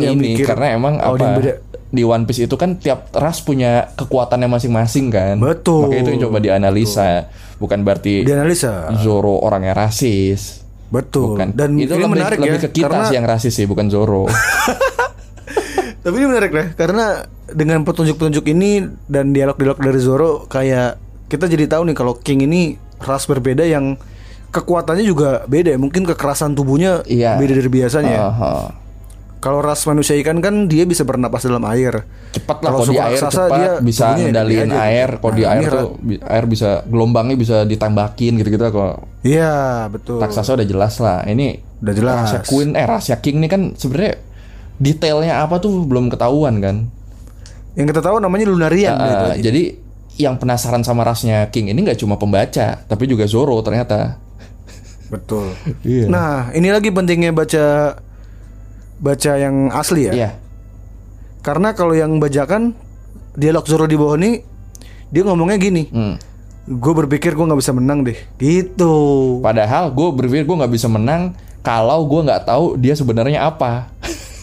E: di One Piece itu kan tiap ras punya kekuatannya masing-masing kan.
D: Betul.
E: Makanya itu yang coba dianalisa. Bukan berarti Zoro orangnya rasis.
D: Betul.
E: Bukan.
D: Dan
E: itu
D: ini menarik
E: lebih ke kita sih yang rasis sih, bukan Zoro.
D: Tapi ini menarik deh, karena dengan petunjuk-petunjuk ini dan dialog-dialog dari Zoro, kayak kita jadi tahu nih kalau King ini ras berbeda yang kekuatannya juga beda. Mungkin kekerasan tubuhnya beda dari biasanya. Kalau ras manusia ikan kan dia bisa bernapas dalam air.
E: Cepat lah, kalau di air cepat dia bisa ngendaliin air. Kalau di air tuh air bisa gelombangnya bisa ditambakin gitu-gitu kok.
D: Iya betul.
E: Raksasa udah jelas lah. Ini
D: udah jelas.
E: Rahasia King ini kan sebenarnya detailnya apa tuh belum ketahuan kan. Yang
D: kita tahu namanya Lunarian.
E: Jadi yang penasaran sama rasnya King ini nggak cuma pembaca, tapi juga Zoro ternyata.
D: Betul. Nah ini lagi pentingnya baca yang asli ya. Karena kalau yang bajakan dialog Zoro di bawah nih, dia ngomongnya gini, gue berpikir gue nggak bisa menang deh, gitu.
E: Padahal gue berpikir gue nggak bisa menang kalau gue nggak tahu dia sebenarnya apa.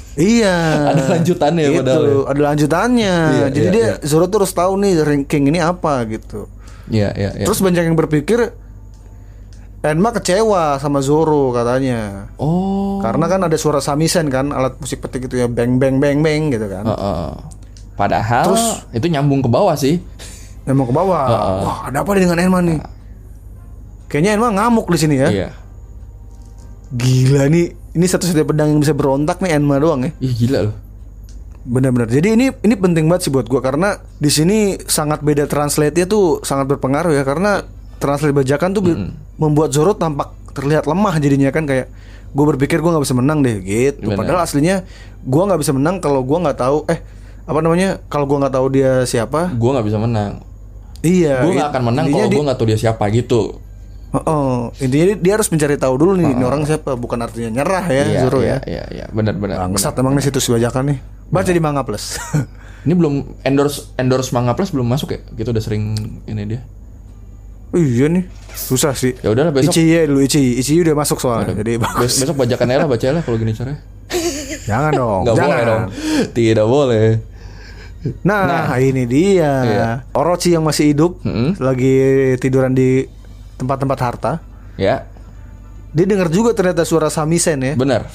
D: Iya.
E: Ada lanjutannya
D: gitu,
E: padahal ya.
D: ada lanjutannya.
E: Iya,
D: Jadi
E: iya,
D: dia
E: iya.
D: Zoro tuh harus tahu nih ranking ini apa gitu.
E: Iya.
D: Terus banyak yang berpikir Enma kecewa sama Zoro katanya.
E: Oh.
D: Karena kan ada suara samisen kan, alat musik petik itu ya, bang bang bang bang gitu kan.
E: Padahal
D: Terus-
E: itu nyambung ke bawah sih.
D: Emang ke bawah. Wah, ada apa nih dengan Enma nih? Kayaknya Enma ngamuk di sini ya.
E: Iya.
D: Gila nih, ini satu-satunya pedang yang bisa berontak nih Enma doang ya.
E: Ih gila loh.
D: Benar-benar. Jadi ini penting banget sih buat gua karena di sini sangat beda translate-nya tuh sangat berpengaruh ya karena translate bajakan tuh membuat Zoro tampak terlihat lemah jadinya kan kayak gue berpikir gue nggak bisa menang deh gitu.
E: Bener.
D: Padahal aslinya gue nggak bisa menang kalau gue nggak tahu kalau gue nggak tahu dia siapa.
E: Gue nggak bisa menang.
D: Iya.
E: Gue nggak akan menang kalau gue nggak tahu dia siapa gitu.
D: Intinya dia harus mencari tahu dulu nih ini orang siapa, bukan artinya nyerah ya Zoro ya.
E: Iya. Benar.
D: Bangsat emang nih situs bajakan nih. Baca di Manga Plus.
E: Ini belum endorse Manga Plus belum masuk ya? Gitu udah sering ini dia.
D: Iya nih, susah sih.
E: Ya udahlah besok.
D: Ichi udah masuk soalnya. Jadi bagus.
E: Besok bajakan aja lah, baca lah kalau gini caranya.
D: Jangan dong.
E: Nggak
D: jangan
E: boleh dong. Tidak boleh.
D: Nah, ini dia.
E: Iya.
D: Orochi yang masih hidup lagi tiduran di tempat-tempat harta.
E: Ya.
D: Dia dengar juga ternyata suara samisen ya.
E: Benar.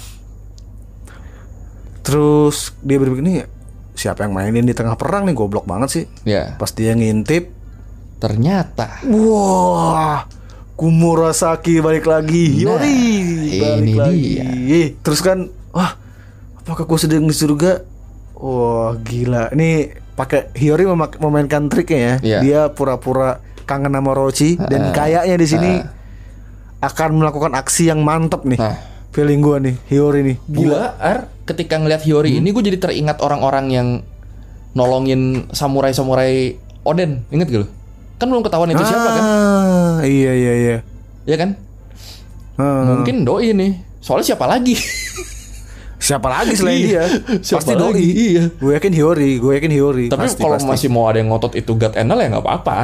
D: Terus dia berpikir nih siapa yang mainin di tengah perang nih, goblok banget sih.
E: Ya.
D: Pas dia ngintip,
E: Ternyata.
D: wah, Kumurasaki balik lagi.
E: Nah,
D: Yori balik
E: ini
D: lagi.
E: dia.
D: Terus kan, wah, apakah gue sedang di surga? Wah, gila. Ini pakai Hiyori memainkan triknya ya.
E: Iya.
D: Dia pura-pura kangen sama Orochi dan kayaknya di sini akan melakukan aksi yang mantep nih.
E: Nah.
D: Feeling gue nih, Hiyori nih. Gila.
E: Gua ketika ngelihat Hiyori ini gue jadi teringat orang-orang yang nolongin samurai-samurai Oden. Ingat gak lu? Kan belum ketahuan itu siapa kan?
D: Iya.
E: Iya kan? Mungkin doi nih. Soalnya siapa lagi?
D: Siapa lagi selain
E: Iya.
D: dia?
E: Siapa
D: Pasti
E: lagi?
D: doi.
E: Iya.
D: Gue yakin Hiyori.
E: Tapi
D: Pasti,
E: kalau
D: pasti.
E: masih mau ada yang ngotot itu God Enel ya nggak apa-apa.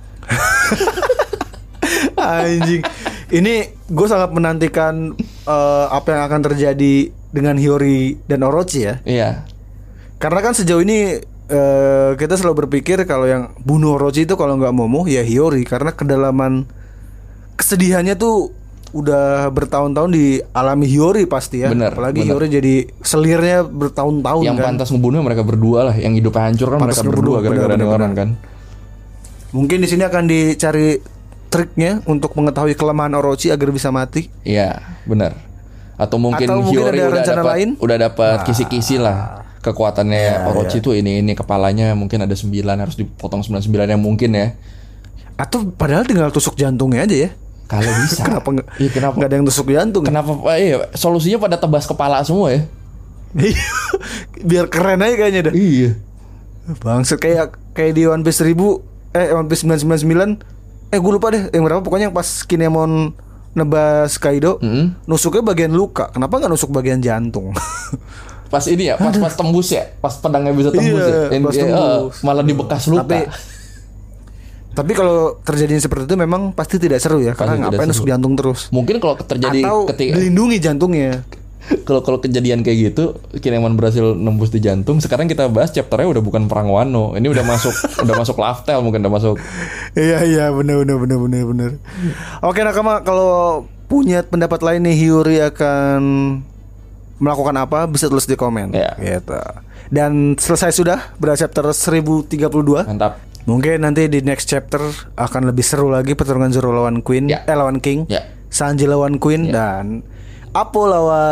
D: Anjing. Ini gue sangat menantikan apa yang akan terjadi dengan Hiyori dan Orochi ya.
E: Iya.
D: Karena kan sejauh ini kita selalu berpikir kalau yang bunuh Orochi itu kalau nggak Momo ya Hiyori, karena kedalaman kesedihannya tuh udah bertahun-tahun dialami Hiyori pasti ya.
E: Bener,
D: Apalagi
E: bener.
D: Hiyori jadi selirnya bertahun-tahun
E: Yang
D: kan.
E: pantas ngebunuh mereka berdua lah. Yang hidupnya hancur kan
D: Pantas
E: mereka berdua
D: ngebunuh,
E: gara-gara
D: bener,
E: ada orang
D: bener.
E: kan.
D: Mungkin di sini akan dicari triknya untuk mengetahui kelemahan Orochi agar bisa mati.
E: Iya, benar. Atau mungkin
D: Atau mungkin
E: Hiyori
D: ada rencana lain?
E: udah dapat kisi-kisi lah. Kekuatannya Orochi tuh ini kepalanya mungkin ada 9, harus dipotong 99 yang mungkin ya.
D: Atau padahal tinggal tusuk jantungnya aja ya.
E: Kalau bisa.
D: Kenapa nggak?
E: Iya, kenapa?
D: Nggak ada yang tusuk jantung?
E: Kenapa? Solusinya pada tebas kepala semua ya.
D: Biar keren aja kayaknya dah.
E: Iya.
D: Bangset kayak di One Piece 1000, One Piece 999. Gue lupa deh yang berapa, pokoknya yang pas Kinemon nebas Kaido, nusuknya bagian luka. Kenapa nggak nusuk bagian jantung?
E: Pas ini ya, pas tembus ya, pas pedangnya bisa tembus
D: Iya,
E: ya.
D: pas tembus.
E: Malah di bekas luka.
D: Tapi kalau terjadi seperti itu memang pasti tidak seru ya, karena
E: Pasti tidak
D: ngapain nusuk
E: seru.
D: jantung terus?
E: Mungkin kalau terjadi
D: Atau dilindungi jantungnya.
E: kalau kejadian kayak gitu, Kinemon berhasil nembus di jantung. Sekarang kita bahas chapternya udah bukan perang Wano. Ini udah masuk udah masuk Laftel, mungkin udah masuk.
D: Iya benar. Oke Nakama, kalau punya pendapat lain nih Hiyori akan melakukan apa, bisa tulis di komen.
E: Iya.
D: Gitu. Dan selesai sudah pada chapter 1032.
E: Mantap.
D: Mungkin nanti di next chapter akan lebih seru lagi pertarungan Zoro lawan Queen,
E: Ya.
D: lawan King,
E: Ya.
D: Sanji lawan Queen, dan Apo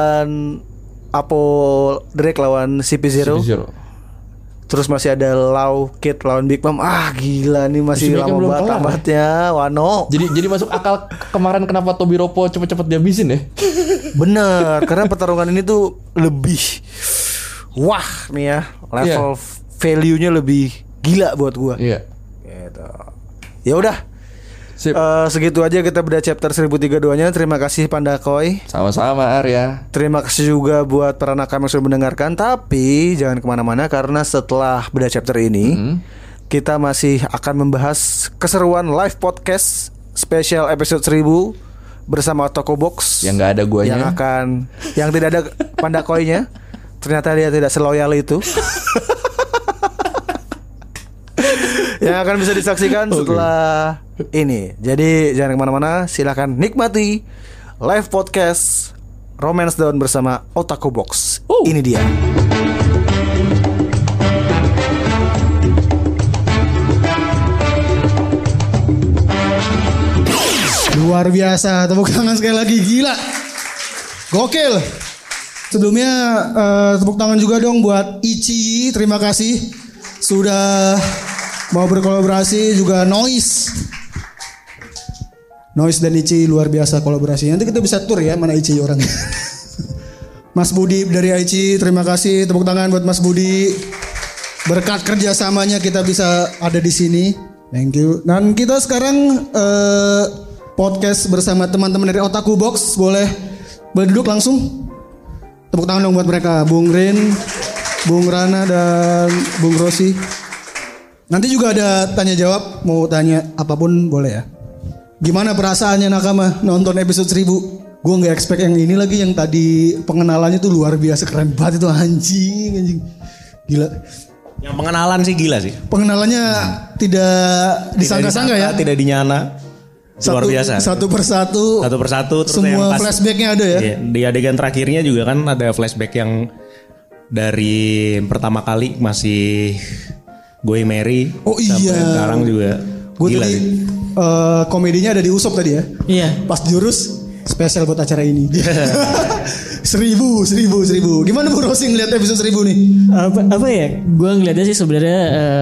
D: Drake lawan CP0.
E: CP0.
D: Terus masih ada Law Kid lawan Big Mom. Gila nih masih
E: Masih
D: lama
E: belum
D: banget
E: kelar,
D: tamatnya Wano.
E: Jadi masuk akal kemarin kenapa Tobiropo cepet-cepet dihabisin ya?
D: Bener, karena pertarungan ini tuh lebih wah nih ya, level value-nya lebih gila buat gua.
E: Iya.
D: Gitu. Ya udah.
E: Sip.
D: Segitu aja kita bedah chapter 1032-nya. Terima kasih Panda Koi.
E: Sama-sama Arya.
D: Terima kasih juga buat para nakam yang sudah mendengarkan. Tapi jangan kemana-mana, karena setelah bedah chapter ini kita masih akan membahas keseruan live podcast spesial episode 1000 bersama Toko Box
E: Yang nggak ada guanya.
D: yang tidak ada Panda Koi-nya. Ternyata dia tidak seloyal itu. Yang akan bisa disaksikan setelah ini. Jadi jangan kemana-mana, silahkan nikmati live podcast Romance Down bersama Otaku Box. Ini dia.
F: Luar biasa, tepuk tangan sekali lagi, gila. Gokil. Sebelumnya tepuk tangan juga dong buat Ichi, terima kasih sudah mau berkolaborasi, juga Noise dan Ichi luar biasa kolaborasi. Nanti kita bisa tur ya, mana Ichi orangnya. Mas Budi dari Ichi, terima kasih, tepuk tangan buat Mas Budi. Berkat kerjasamanya kita bisa ada di sini. Thank you. Dan kita sekarang podcast bersama teman-teman dari Otaku Box. Boleh duduk langsung. Tepuk tangan dong buat mereka, Bung Rin, Bung Rana, dan Bung Rosi. Nanti juga ada tanya jawab, mau tanya apapun boleh ya. Gimana perasaannya Nakama nonton episode 1000? Gue gak expect yang ini lagi, yang tadi pengenalannya tuh luar biasa, keren banget itu, anjing. Gila.
G: Yang pengenalan sih gila sih.
F: Pengenalannya tidak disangka-sangka ya.
G: Tidak dinyana. Luar biasa.
F: Satu persatu
G: terus
F: semua
G: yang
F: flashbacknya ada ya.
G: Iya, di adegan terakhirnya juga kan ada flashback yang dari pertama kali masih gue Mary.
F: Oh
G: sampai
F: iya.
G: sekarang juga
F: Gue
G: gila
F: tadi
G: sih.
F: komedinya ada di Usop tadi ya.
H: Iya.
F: Pas jurus spesial buat acara ini. 1000. Gimana Bu Rosi ngeliat episode 1000 nih?
H: Apa ya? Gue ngeliatnya sih sebenarnya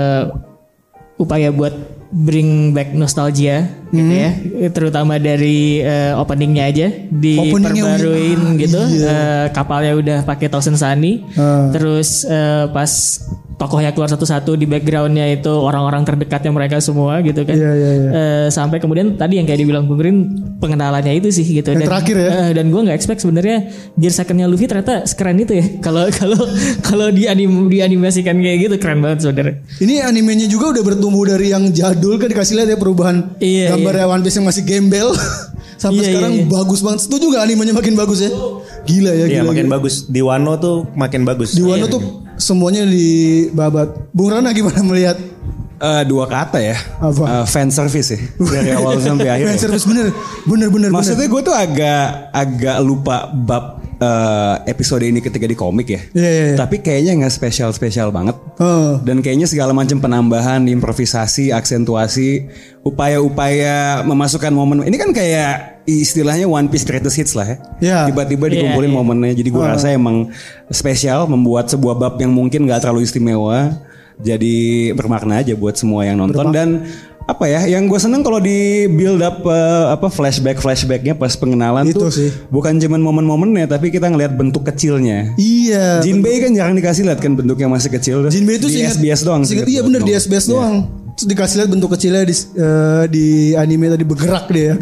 H: upaya buat bring back nostalgia gitu ya, terutama dari openingnya aja diperbaruin gitu. Kapalnya udah pakai Thousand Sunny, terus pas tokohnya keluar satu-satu, di backgroundnya itu orang-orang terdekatnya mereka semua gitu kan. Sampai kemudian tadi yang kayak dibilang Bung Rin, pengenalannya itu sih gitu.
F: Yang terakhir ya.
H: Dan gue nggak expect sebenarnya gear secondnya Luffy ternyata sekeren itu ya. Kalau dianimasikan kayak gitu keren banget saudara.
F: Ini animenya juga udah bertumbuh dari yang jadul kan, dikasih lihat ya perubahan gambarnya One Piece yang masih gembel sampai sekarang bagus banget. Setuju gak animenya makin bagus ya? Gila ya.
G: Iya makin bagus. Di Wano tuh makin bagus.
F: Di Wano tuh semuanya dibabat. Bung Rana gimana melihat?
I: Dua kata ya.
F: Apa?
I: Fan service ya. Dari awal sampai akhir.
F: Fan service bener.
I: Maksudnya gue tuh agak lupa bab episode ini ketika di komik ya.
F: Iya.
I: Tapi kayaknya nggak spesial banget. Dan kayaknya segala macam penambahan, improvisasi, aksentuasi, upaya-upaya memasukkan momen. Ini kan kayak istilahnya One Piece greatest hits lah ya.
F: Yeah.
I: Tiba-tiba dikumpulin momennya. Jadi gue rasa emang spesial, membuat sebuah bab yang mungkin nggak terlalu istimewa jadi bermakna aja buat semua yang nonton. Dan apa ya, yang gue seneng kalau di build up flashbacknya pas pengenalan itu tuh sih. Bukan cuman momen-momennya, tapi kita ngelihat bentuk kecilnya.
F: Iya.
I: Jinbei kan jarang dikasih lihat kan bentuk yang masih kecil.
F: Jinbei itu
I: di SBS doang.
F: Iya bener, di SBS doang. Terus dikasih lihat bentuk kecilnya di anime tadi bergerak dia.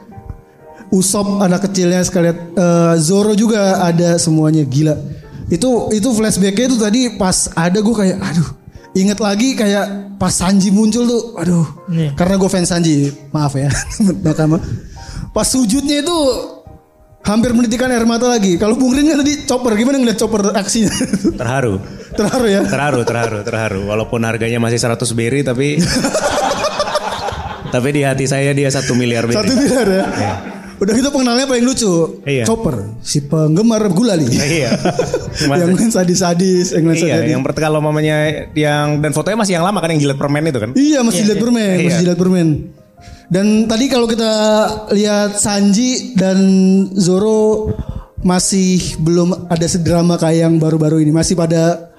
F: Usop anak kecilnya sekalian, Zoro juga ada, semuanya gila. Itu flashbacknya itu tadi pas ada gue kayak aduh. Ingat lagi kayak pas Sanji muncul tuh, aduh. Karena gue fans Sanji, maaf ya. Pas sujudnya itu hampir menitikan air mata lagi. Kalau Bung Rin kan tadi Chopper, gimana ngeliat Chopper aksinya?
G: Terharu ya? Terharu. Walaupun harganya masih 100 berry tapi tapi di hati saya dia 1 miliar berry.
F: 1 miliar ya? Ya. Udah gitu pengenalnya paling lucu.
G: Iya.
F: Chopper, si penggemar gulali.
G: Iya.
F: Yang main sadis-sadis,
G: yang kalau mamanya yang, dan fotonya masih yang lama kan, yang jilat permen itu kan?
F: Iya, masih jilat permen. Dan tadi kalau kita lihat Sanji dan Zoro masih belum ada sedrama kayak yang baru-baru ini. Masih pada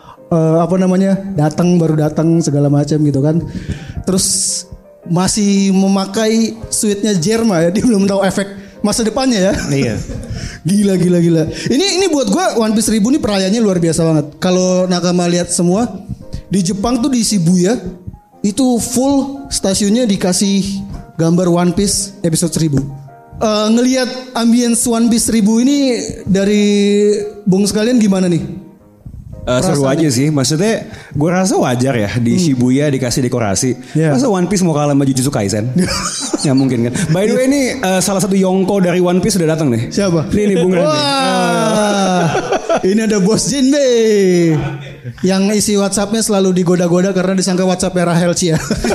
F: baru datang segala macam gitu kan. Terus masih memakai suitnya Jerma ya, dia belum tahu efek masa depannya ya.
G: Iya.
F: Gila. Ini buat gue One Piece 1000 ini perayaannya luar biasa banget. Kalau Nakama lihat semua di Jepang tuh di Shibuya itu full stasiunnya dikasih gambar One Piece episode 1000. Ngelihat ambience One Piece 1000 ini dari Bung sekalian gimana nih?
I: Seru aja sih, maksudnya gue rasa wajar ya di Shibuya dikasih dekorasi. Masa One Piece mau kalah sama Jujutsu Kaisen? Ya mungkin kan. By the way ini salah satu Yonko dari One Piece sudah datang nih.
F: Siapa?
I: Ini Bung Ren.
F: Ini ada Bos Jinbe yang isi WhatsAppnya selalu digoda-goda karena disangka WhatsAppnya Rahel Cia.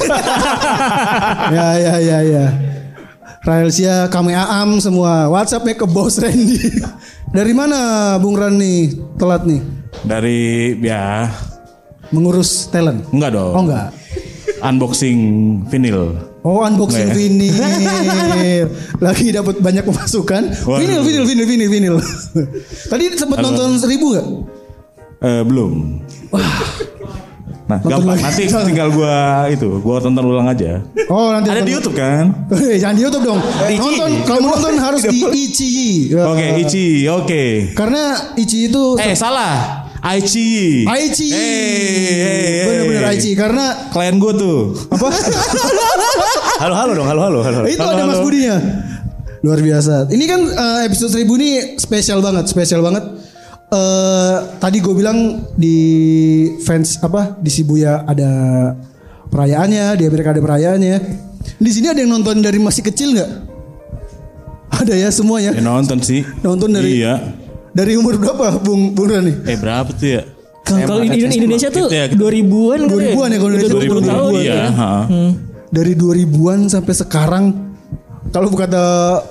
F: Ya. Rahel Cia, kami Aam semua. WhatsAppnya ke Bos Randy. Dari mana Bung Rani telat nih?
J: Dari ya
F: mengurus talent.
J: Enggak dong.
F: Oh enggak.
J: Unboxing vinyl.
F: Oh unboxing vinyl. Lagi dapat banyak pemasukan. Vinyl. Tadi sempat nonton 1.000 enggak?
J: Belum.
F: Wah.
J: Nah, gampang. Nanti tinggal gua tonton ulang aja.
F: Oh, nanti
J: ada di YouTube kan?
F: Jangan di YouTube dong. Nonton, kalau nonton harus di Ichi.
J: Oke, Ichi. Oke.
F: Karena Ichi itu
J: salah. Aichi.
F: Bener-bener Aichi karena
J: klien gue tuh. Apa?
G: Halo dong.
F: Itu ada Mas Budinya. Luar biasa. Ini kan episode 1000 ini spesial banget. Tadi gue bilang di fans di Shibuya ada perayaannya, di Amerika ada perayaannya. Di sini ada yang nonton dari masih kecil nggak? Ada ya semuanya.
J: Nonton sih.
F: Nonton dari. Iya. Dari umur berapa, Bung Rani?
J: Berapa tuh ya?
H: Kalau Indonesia tuh 2000-an kan ya?
F: 2000-an ya kalau Indonesia
H: 20 tahun
J: iya.
H: Ya.
F: Dari 2000-an sampai sekarang. Kalau kata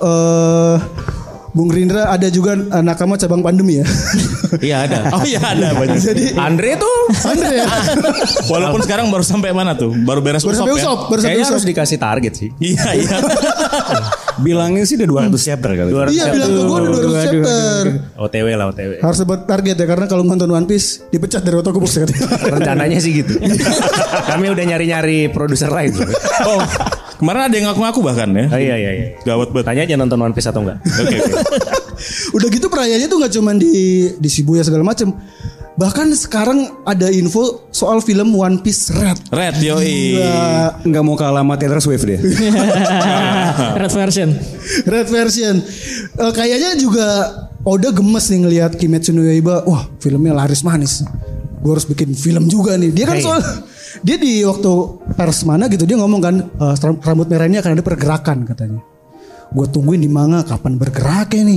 F: Bung Rindra ada juga nakama cabang pandemi ya.
G: Iya ada.
J: Oh iya ada banyak.
F: Jadi
G: Andre
F: ya.
J: Walaupun sekarang baru sampai mana tuh? Baru beres
F: Baru sampai
J: Usop.
G: Kayaknya harus dikasih target sih.
J: Iya.
I: Bilangnya sih udah 200 chapter kali.
F: Iya bilang ke gue udah 200 chapter.
G: OTW.
F: Harus buat target ya karena kalau nonton One Piece dipecat dari Otokubox ya.
G: Rencananya sih gitu. Kami udah nyari-nyari produser lain.
J: Oh, kemarin ada yang ngaku-ngaku bahkan ya.
G: Oh, iya.
J: Gawat banget.
G: Tanya aja nonton One Piece atau enggak.
J: Oke.
F: Udah gitu perayaannya tuh gak cuma di Shibuya segala macem. Bahkan sekarang ada info soal film One Piece Red.
J: Red yoi.
I: Nggak mau kalah sama Taylor Swift dia.
H: Red version. Kayaknya juga Oda gemes nih ngelihat Kimetsu no Yaiba. Wah filmnya laris manis. Gue harus bikin film juga nih. Dia kan dia di waktu pers mana gitu dia ngomong kan rambut merah ini akan ada pergerakan katanya. Gue tungguin di manga kapan bergeraknya nih.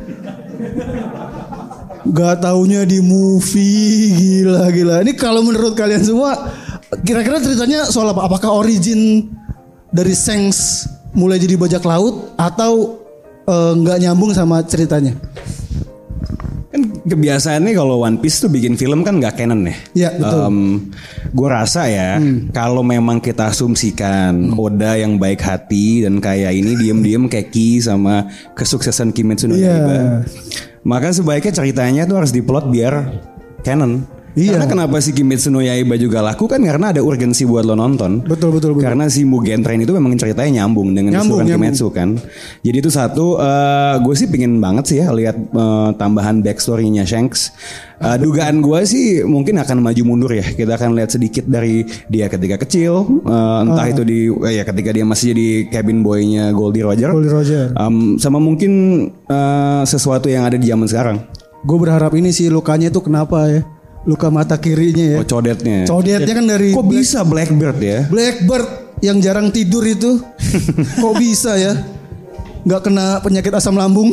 H: Gak taunya di movie. Gila. Ini kalau menurut kalian semua kira-kira ceritanya soal apa? Apakah origin dari Shanks mulai jadi bajak laut atau gak nyambung sama ceritanya?
I: Kan kebiasaannya kalau One Piece tuh bikin film kan gak canon ya.
F: Iya betul.
I: Gue rasa ya kalau memang kita asumsikan Oda yang baik hati dan kayak ini diem-diem keki sama kesuksesan Kimetsu no Yaiba, maka sebaiknya ceritanya tuh harus diplot biar canon. Iya. Karena kenapa si Kimetsu no Yaiba juga laku kan karena ada urgensi buat lo nonton. Betul. Karena si Mugen Train itu memang ceritanya nyambung dengan keseluruhan Kimetsu kan. Jadi itu satu, gue sih pingin banget sih ya lihat tambahan backstory-nya Shanks. Dugaan gue sih mungkin akan maju mundur ya. Kita akan lihat sedikit dari dia ketika kecil, entah itu ketika dia masih jadi cabin boy-nya Goldie Roger. Sama mungkin sesuatu yang ada di zaman sekarang.
F: Gue berharap ini sih lukanya tuh kenapa ya? Luka mata kirinya ya.
I: Oh codetnya
F: kan dari.
I: Kok bisa Blackbird ya?
F: Blackbird yang jarang tidur itu. Kok bisa ya? Gak kena penyakit asam lambung.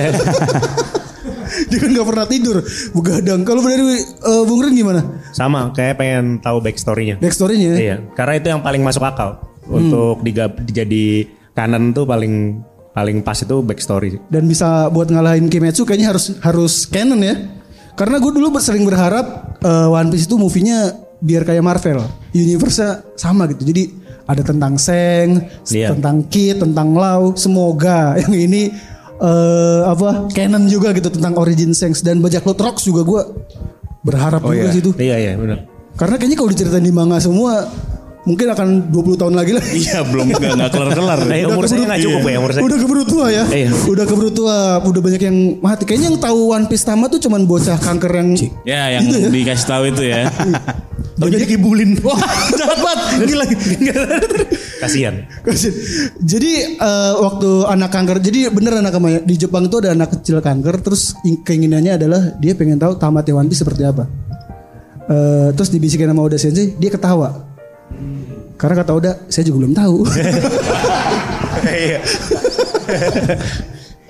F: Dia kan gak pernah tidur. Begadang. Kalau dari Bung Rin gimana?
G: Sama kayak pengen tahu backstory-nya.
F: Iya.
G: Karena itu yang paling masuk akal. Untuk dijadi kanan tuh paling pas itu backstory.
F: Dan bisa buat ngalahin Kimetsu kayaknya harus canon ya. Karena gue dulu sering berharap One Piece itu movie-nya biar kayak Marvel, universe-nya sama gitu. Jadi ada tentang Seng, tentang Kid, tentang Law. Semoga yang ini canon juga gitu tentang origin Shanks dan bajak laut Rocks juga gue berharap juga situ.
G: Iya benar.
F: Karena kayaknya kalau diceritain di manga semua mungkin akan 20 tahun lagi lah.
J: Iya belum nggak kelar.
G: Umur saya nggak cukup ya umur saya.
F: Udah keburu tua ya. Udah keburu tua. Udah banyak yang mati. Kayaknya yang tahu One Piece tamat tuh cuman bocah kanker yang.
J: Ya yang gitu dikasih tahu itu ya.
F: Jadi kibulin.
J: Wah jahat banget. Gila.
G: Kasian.
F: Jadi waktu anak kanker. Jadi bener anak kamanya di Jepang itu ada anak kecil kanker. Terus keinginannya adalah dia pengen tahu tamatnya One Piece seperti apa. Terus dibisikin sama Oda Sensei. Dia ketawa. Karena kata Oda, saya juga belum tahu.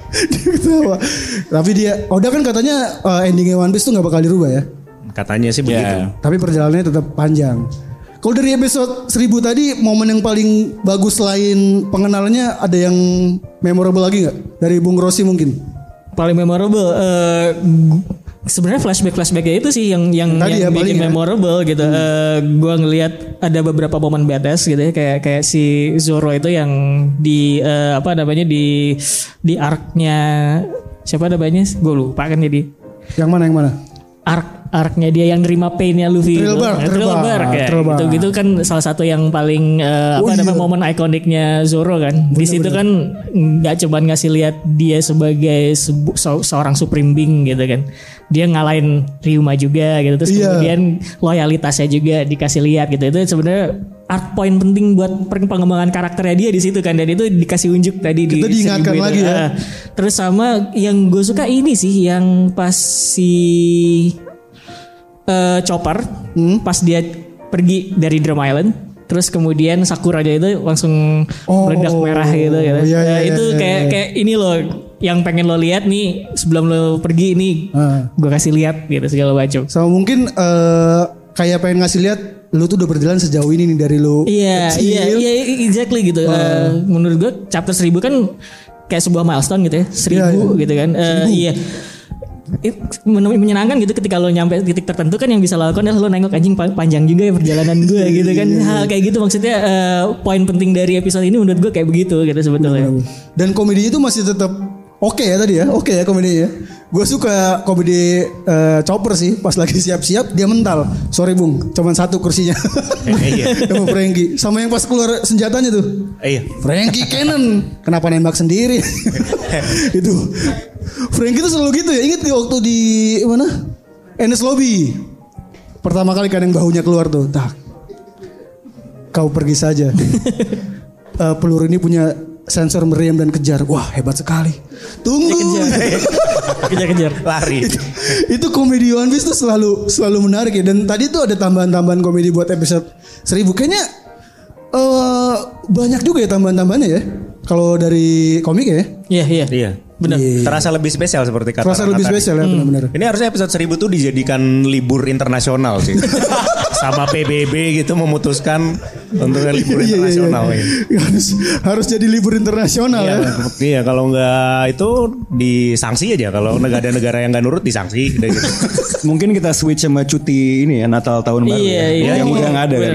F: Dia ketawa. Tapi Oda kan katanya endingnya One Piece tuh gak bakal dirubah ya.
G: Katanya sih begitu.
F: Tapi perjalanannya tetap panjang. Kalau dari episode 1000 tadi, momen yang paling bagus selain pengenalannya ada yang memorable lagi gak? Dari Bung Rossi mungkin.
H: Paling memorable sebenarnya flashback-flashbacknya itu sih yang bikin memorable gitu. Gua ngelihat ada beberapa momen badass gitu ya, kayak si Zoro itu yang di di arc-nya siapa namanya? Gue lupa kan jadi.
F: Yang mana?
H: Arc-nya dia yang nerima pain-nya Luffy. Thriller ya. Gitu kan salah satu yang paling momen ikoniknya Zoro kan. Di situ kan enggak cuman ngasih lihat dia sebagai seorang supreme being gitu kan. Dia ngalahin Ryuma juga gitu. Terus kemudian loyalitasnya juga dikasih lihat gitu. Itu sebenarnya arc point penting buat pengembangan karakternya dia di situ kan, dan itu dikasih unjuk tadi
F: kita diingatkan lagi ya.
H: Terus sama yang gue suka ini sih yang pas si Chopper pas dia pergi dari Drum Island, terus kemudian Sakuranya itu langsung meledak merah gitu. Itu kayak ini loh yang pengen lo lihat nih sebelum lo pergi ini, gue kasih lihat gitu segala macam.
F: Sama mungkin kayak pengen ngasih lihat lu tuh udah berjalan sejauh ini nih dari lu kecil. Iya, exactly gitu. Menurut gue chapter 1000 kan kayak sebuah milestone gitu ya, 1000 gitu kan. Iya. Menyenangkan gitu ketika lo nyampe titik tertentu kan, yang bisa lo lakukan adalah lo nengok anjing panjang juga ya perjalanan gue gitu kan. Hal kayak gitu maksudnya poin penting dari episode ini menurut gue kayak begitu gitu sebetulnya. Dan komedinya itu masih tetap oke ya tadi ya. Oke ya komedinya. Gue suka komedi Chopper sih, pas lagi siap-siap dia mental. Sorry Bung, cuman satu kursinya. Sama Franky. Sama yang pas keluar senjatanya tuh. Franky Cannon. Kenapa nembak sendiri? Itu. Franky tuh selalu gitu ya. Ingat waktu di mana? Enes Lobby. Pertama kali kan yang bahunya keluar tuh. Tak. Kau pergi saja. Peluru ini punya sensor meriam dan kejar. Wah, hebat sekali. Tunggu.
H: Kejar.
G: Lari.
F: Itu komedi One Piece tuh selalu menarik ya. Dan tadi tuh ada tambahan-tambahan komedi buat episode 1000. Kayaknya banyak juga ya tambahan-tambahannya ya. Kalau dari komik ya.
G: Iya. Benar. Terasa lebih spesial seperti kata.
F: Terasa lebih spesial ya benar-benar.
G: Ini harusnya episode 1000 tuh dijadikan libur internasional sih. Sama PBB gitu memutuskan untuk libur internasional.
F: Harus jadi libur internasional ya.
G: Iya, kalau nggak itu disanksi aja. Kalau negara-negara yang nggak nurut disanksi. Gitu.
I: Mungkin kita switch sama cuti ini ya, Natal tahun baru. Yang udah nggak ada kan.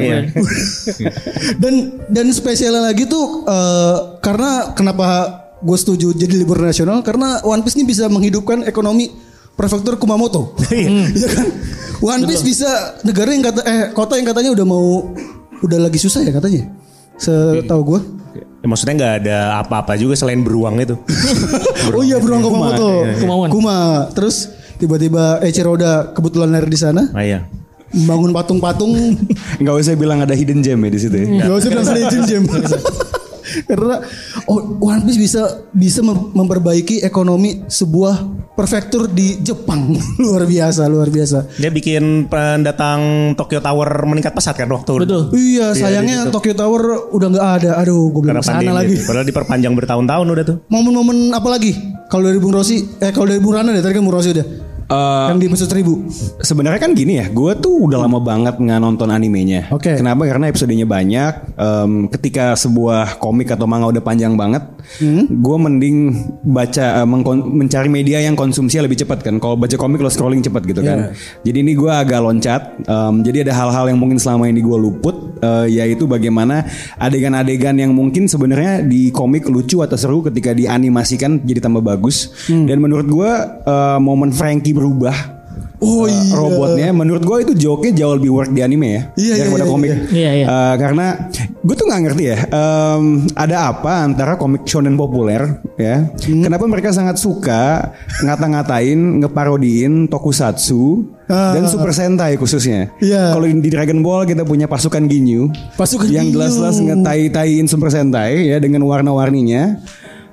F: Dan spesialnya lagi tuh karena kenapa gue setuju jadi libur nasional, karena One Piece ini bisa menghidupkan ekonomi prefektur Kumamoto. Iya kan? One Piece bisa negara yang kota yang katanya udah lagi susah ya katanya. Setahu gue.
G: Ya, maksudnya nggak ada apa-apa juga selain beruang itu.
F: Beruang Kumamoto. Kuma. Terus tiba-tiba Eiichiro Oda kebetulan lahir di sana.
G: Iya.
F: Bangun patung-patung.
I: Nggak usah bilang ada hidden gem ya di situ.
F: Nggak usah bilang ada hidden gem. Karena One Piece bisa memperbaiki ekonomi sebuah prefektur di Jepang. Luar biasa.
G: Dia bikin pendatang Tokyo Tower meningkat pesat kan waktu.
H: Betul.
F: Iya, sayangnya Tokyo Tower udah nggak ada. Aduh, gue belum kesana lagi.
G: Padahal diperpanjang bertahun-tahun udah tuh.
F: Momen-momen apa lagi? Kalau dari Bung Rossi, kalau dari Bung Rana deh, tadi kan Bung Rossi udah. Yang di episode 1000.
I: Sebenarnya kan gini ya, gue tuh udah lama banget nggak nonton animenya. Kenapa? Karena episodenya banyak. Ketika sebuah komik atau manga udah panjang banget, gue mending baca mencari media yang konsumsinya lebih cepat kan. Kalau baca komik lo scrolling cepat gitu kan. Jadi ini gue agak loncat. Jadi ada hal-hal yang mungkin selama ini gue luput, yaitu bagaimana adegan-adegan yang mungkin sebenarnya di komik lucu atau seru ketika dianimasikan jadi tambah bagus. Dan menurut gue momen Franky berubah robotnya, menurut gue itu joke-nya jauh lebih work di anime ya daripada komik. Karena gue tuh nggak ngerti ya, ada apa antara komik shonen populer ya, kenapa mereka sangat suka ngata-ngatain, ngeparodiin tokusatsu dan Super Sentai khususnya. Kalau di Dragon Ball kita punya pasukan Ginyu yang jelas-jelas ngetai-taiin Super Sentai ya dengan warna-warninya.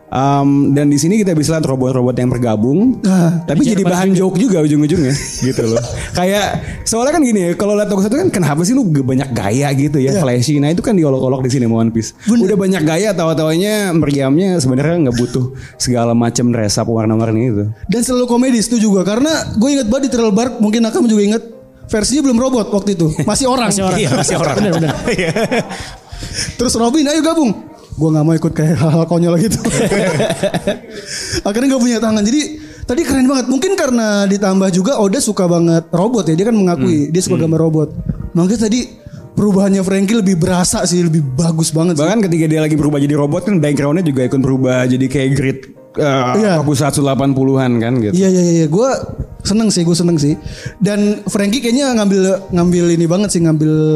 I: Dan di sini kita bisa lihat robot-robot yang bergabung, tapi jadi bahan joke juga ujung-ujungnya, gitu loh. Kayak soalnya kan gini ya, kalau lihat Tokusatsu kan kenapa sih lu banyak gaya gitu ya, flashy. Nah itu kan diolok-olok di sini sama One Piece. Udah banyak gaya, tawa-tawanya meriamnya sebenarnya nggak butuh segala macam dress up warna-warni itu.
F: Dan selalu komedi itu juga, karena gue inget banget di Trail Bark, mungkin Akam juga inget, versinya belum robot waktu itu, masih orang.
G: Iya, masih orang.
H: Bener.
F: Terus Robin, ayo gabung. Gue gak mau ikut kayak hal-hal konyol gitu. Akhirnya gak punya tangan. Jadi tadi keren banget. Mungkin karena ditambah juga Oda suka banget robot ya. Dia kan mengakui dia suka gambar robot. Makanya tadi perubahannya Franky lebih berasa sih. Lebih bagus banget sih.
I: Bahkan ketika dia lagi berubah jadi robot kan backgroundnya juga ikut berubah. Jadi kayak grid Tokusatsu 80-an kan gitu.
F: Iya. Gue seneng sih. Dan Franky kayaknya ngambil ini banget sih.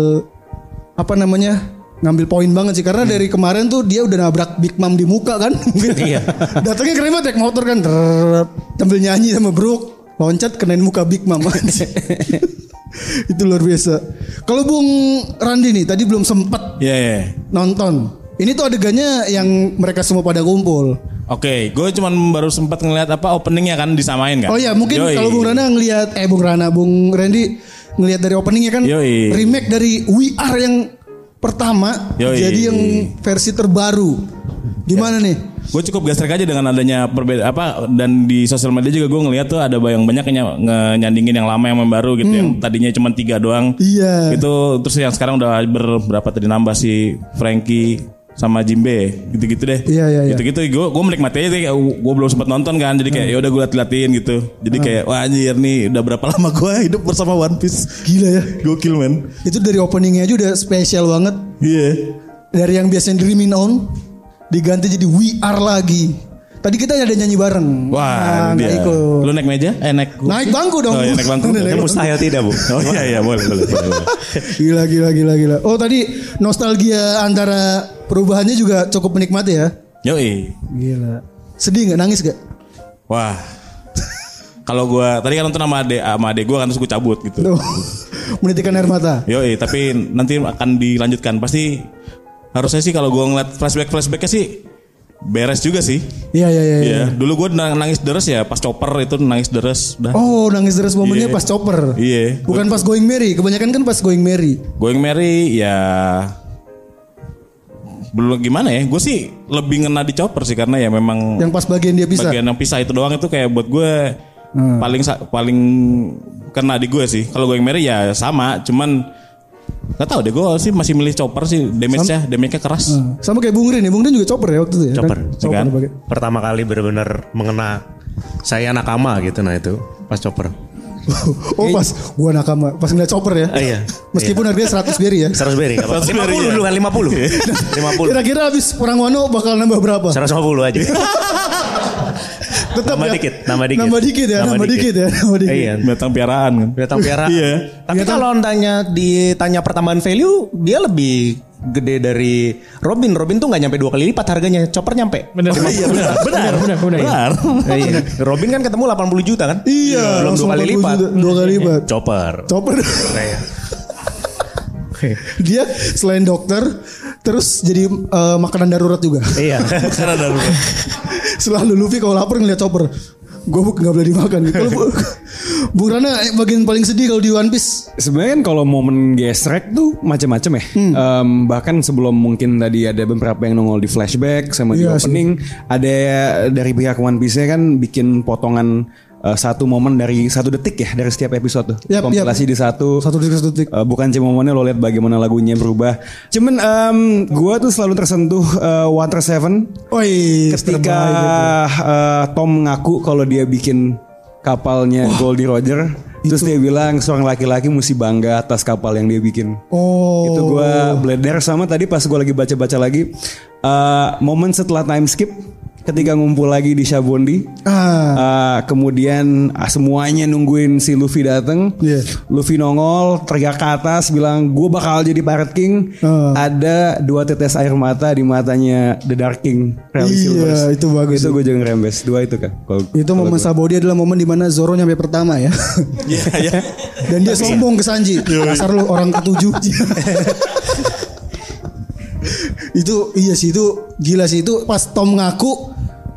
F: Ngambil poin banget sih, karena dari kemarin tuh dia udah nabrak Big Mom di muka kan. Iya. Datangnya keren banget, naik motor kan, sambil nyanyi sama Brook, loncat kenain muka Big Mom. Itu luar biasa. Kalau Bung Randi nih tadi belum sempat nonton. Ini tuh adegannya yang mereka semua pada kumpul.
K: Oke, gue cuman baru sempat ngeliat openingnya kan disamain kan.
F: Oh iya, mungkin kalau Bung Randy ngelihat dari openingnya kan. Remake dari We Are yang pertama jadi yang versi terbaru. Gimana nih?
K: Gue cukup gastrek aja dengan adanya dan di sosial media juga gue ngeliat tuh ada banyak nyandingin yang lama yang baru gitu, yang tadinya cuma 3 doang.
F: Iya.
K: Gitu, terus yang sekarang udah berapa tadi nambah si Franky sama Jimbe gitu-gitu deh.
F: Iya.
K: Gitu-gitu gue menikmati aja deh. Gue belum sempat nonton kan, jadi kayak ya udah gue liatin gitu. Jadi kayak wah anjir nih udah berapa lama gue hidup bersama One Piece.
F: Gila ya.
K: Gokil men.
F: Itu dari openingnya aja udah spesial banget.
K: Iya.
F: Dari yang biasanya Dreamin' On diganti jadi We Are lagi. Tadi kita ada nyanyi bareng.
K: Wah, dia. Lu naik meja?
F: Naik bangku dong.
K: Oh, ya, naik bangku.
G: Mustahil tidak, Bu.
K: Oh iya boleh.
F: Gila. Oh tadi nostalgia antara perubahannya juga cukup menikmati ya.
K: Yoi.
F: Gila. Sedih nggak, nangis gak?
K: Wah. Kalau gue tadi kan nonton sama adek gue kan, terus gue cabut gitu.
F: Menitikan air mata.
K: Yoi, tapi nanti akan dilanjutkan. Pasti harusnya sih kalau gue ngeliat flashbacknya sih beres juga sih.
F: Iya.
K: Dulu gue nangis deres ya pas Chopper itu nangis deres.
F: Oh, nangis deres momennya pas Chopper.
K: Iya.
F: Bukan pas Going Merry. Kebanyakan kan pas Going Merry.
K: Going Merry ya belum gimana ya. Gue sih lebih ngena di Chopper sih, karena ya memang
F: yang pas bagian dia pisah.
K: Bagian yang pisah itu doang itu kayak buat gue paling kena di gue sih. Kalau Going Merry ya sama, cuman gak tau deh, gue sih masih milih Chopper sih. Damage-nya keras.
F: Sama kayak Bung Rin juga Chopper ya waktu itu ya.
G: Chopper
F: kan?
G: Pertama kali benar-benar mengena saya nakama gitu, nah itu pas Chopper.
F: Pas gua nakama pas ngeliat Chopper ya.
G: Iya.
F: Meskipun harganya 100 berry ya.
G: 100 berry. 50 dulu kan 50.
F: Kira-kira habis Perang Wano bakal nambah berapa?
G: 150 aja.
F: Tetap
G: nambah dikit ya.
K: Iya, binatang piaraan kan.
G: Iya. Tapi kalau ditanya pertambahan value, dia lebih gede dari Robin. Robin tuh nggak nyampe 2 kali lipat harganya. Chopper nyampe.
H: Benar.
G: Iya. Robin kan ketemu 80 juta kan?
F: Iya.
G: Belum 2 kali lipat.
F: 2 kali lipat.
G: Chopper.
F: Dia selain dokter, terus jadi makanan darurat juga.
G: Iya. Makanan darurat.
F: Selalu Luffy kalau lapar ngeliat Chopper, gue nggak boleh dimakan. Kalau Bung Rana bagian paling sedih kalau di One Piece.
I: Sebenarnya kan kalau momen gesrek tuh macam-macam ya. Bahkan sebelum mungkin tadi ada beberapa yang nongol di flashback sama di opening, ada dari pihak One Piece-nya kan bikin potongan satu momen dari 1 detik ya dari setiap episode tuh. Kompilasi di satu detik. Bukan cuma momennya lo lihat bagaimana lagunya berubah. Cuman gue tuh selalu tersentuh Water 7 ketika Tom ngaku kalau dia bikin kapalnya Goldie Roger. Terus dia bilang seorang laki-laki mesti bangga atas kapal yang dia bikin. Itu gue bleder. Sama tadi pas gue lagi baca-baca lagi momen setelah time skip ketika ngumpul lagi di Shabondi, kemudian semuanya nungguin si Luffy datang. Luffy nongol, teriak ke atas, bilang gue bakal jadi Pirate King. Ada 2 tetes air mata di matanya The Dark King.
F: Iya, itu bagus.
I: Itu gue juga ngerembes. 2 itu kan.
F: Itu momen Shabondi adalah momen dimana Zoro nyampe pertama ya.
K: Iya.
F: Dan dia sombong ke Sanji. Dasar lu orang ke-7. Itu iya sih, itu gila sih. Itu pas Tom ngaku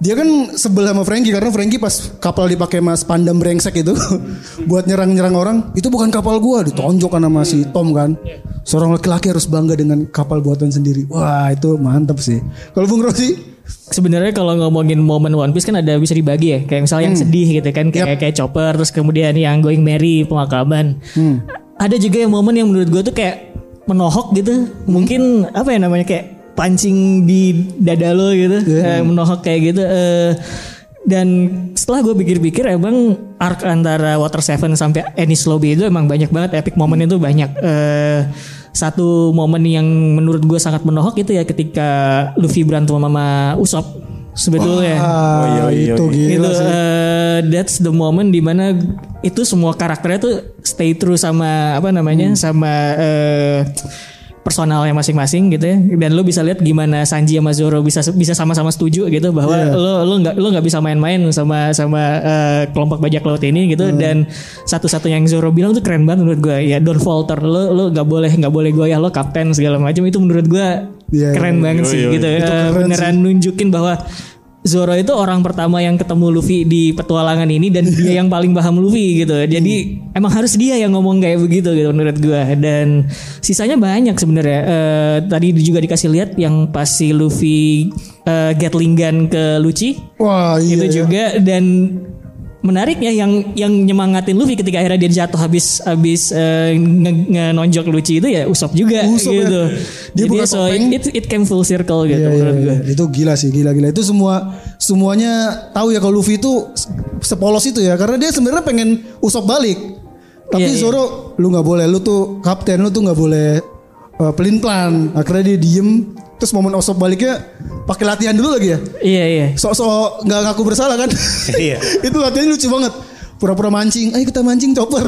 F: Dia kan sebel sama Frankie karena Frankie pas kapal dipakai Mas Pandam brengsek itu buat nyerang-nyerang orang, itu bukan kapal gua, ditonjok kan sama si Tom kan. Seorang laki-laki harus bangga dengan kapal buatan sendiri. Wah, itu mantap sih. Kalau Bung Rosi?
H: Sebenarnya kalau ngomongin momen One Piece kan ada bisa dibagi ya, kayak misalnya yang sedih gitu kan, kayak Chopper, terus kemudian yang Going Merry, pemakaman. Ada juga yang momen yang menurut gue tuh kayak menohok gitu, mungkin apa ya namanya, kayak pancing di dada lo gitu, menohok kayak gitu. Dan setelah gue pikir-pikir emang arc antara Water 7 sampai Enies Lobby itu emang banyak banget epic momen itu banyak. Satu momen yang menurut gue sangat menohok itu ya ketika Luffy berantem sama Usopp sebetulnya.
F: Itu gila sih.
H: That's the moment dimana itu semua karakternya tuh stay true sama apa namanya, sama personalnya masing-masing gitu ya. Dan lo bisa lihat gimana Sanji sama Zoro bisa sama-sama setuju gitu bahwa lo nggak bisa main-main sama kelompok bajak laut ini gitu. Dan satu-satunya yang Zoro bilang tuh keren banget menurut gue, ya don't falter, lo nggak boleh goyah, lo kapten segala macam. Itu menurut gue keren banget sih gitu. Beneran nunjukin bahwa Zoro itu orang pertama yang ketemu Luffy di petualangan ini dan dia yang paling paham Luffy gitu. Jadi emang harus dia yang ngomong kayak begitu gitu menurut gue. Dan sisanya banyak sebenarnya. Tadi juga dikasih lihat yang pas si Luffy Gatling gun ke Lucci.
F: Wah, iya.
H: Itu juga. Dan menariknya yang nyemangatin Luffy ketika akhirnya dia jatuh habis nonjok Lucci itu ya Usopp juga gitu.
F: Ya. Dia
H: jadi so it came full circle gitu menurut gue.
F: Itu gila sih, gila. Itu semuanya tahu ya kalau Luffy itu sepolos itu ya, karena dia sebenarnya pengen Usopp balik. Tapi Zoro, lu nggak boleh, lu tuh kapten, lu tuh nggak boleh pelin-pelan. Akhirnya dia diem. Terus momen Usopp baliknya pakai latihan dulu lagi ya.
H: Iya.
F: Sok-sok nggak ngaku bersalah kan. Iya. Itu latihannya lucu banget. Pura-pura mancing. Ayo kita mancing Chopper.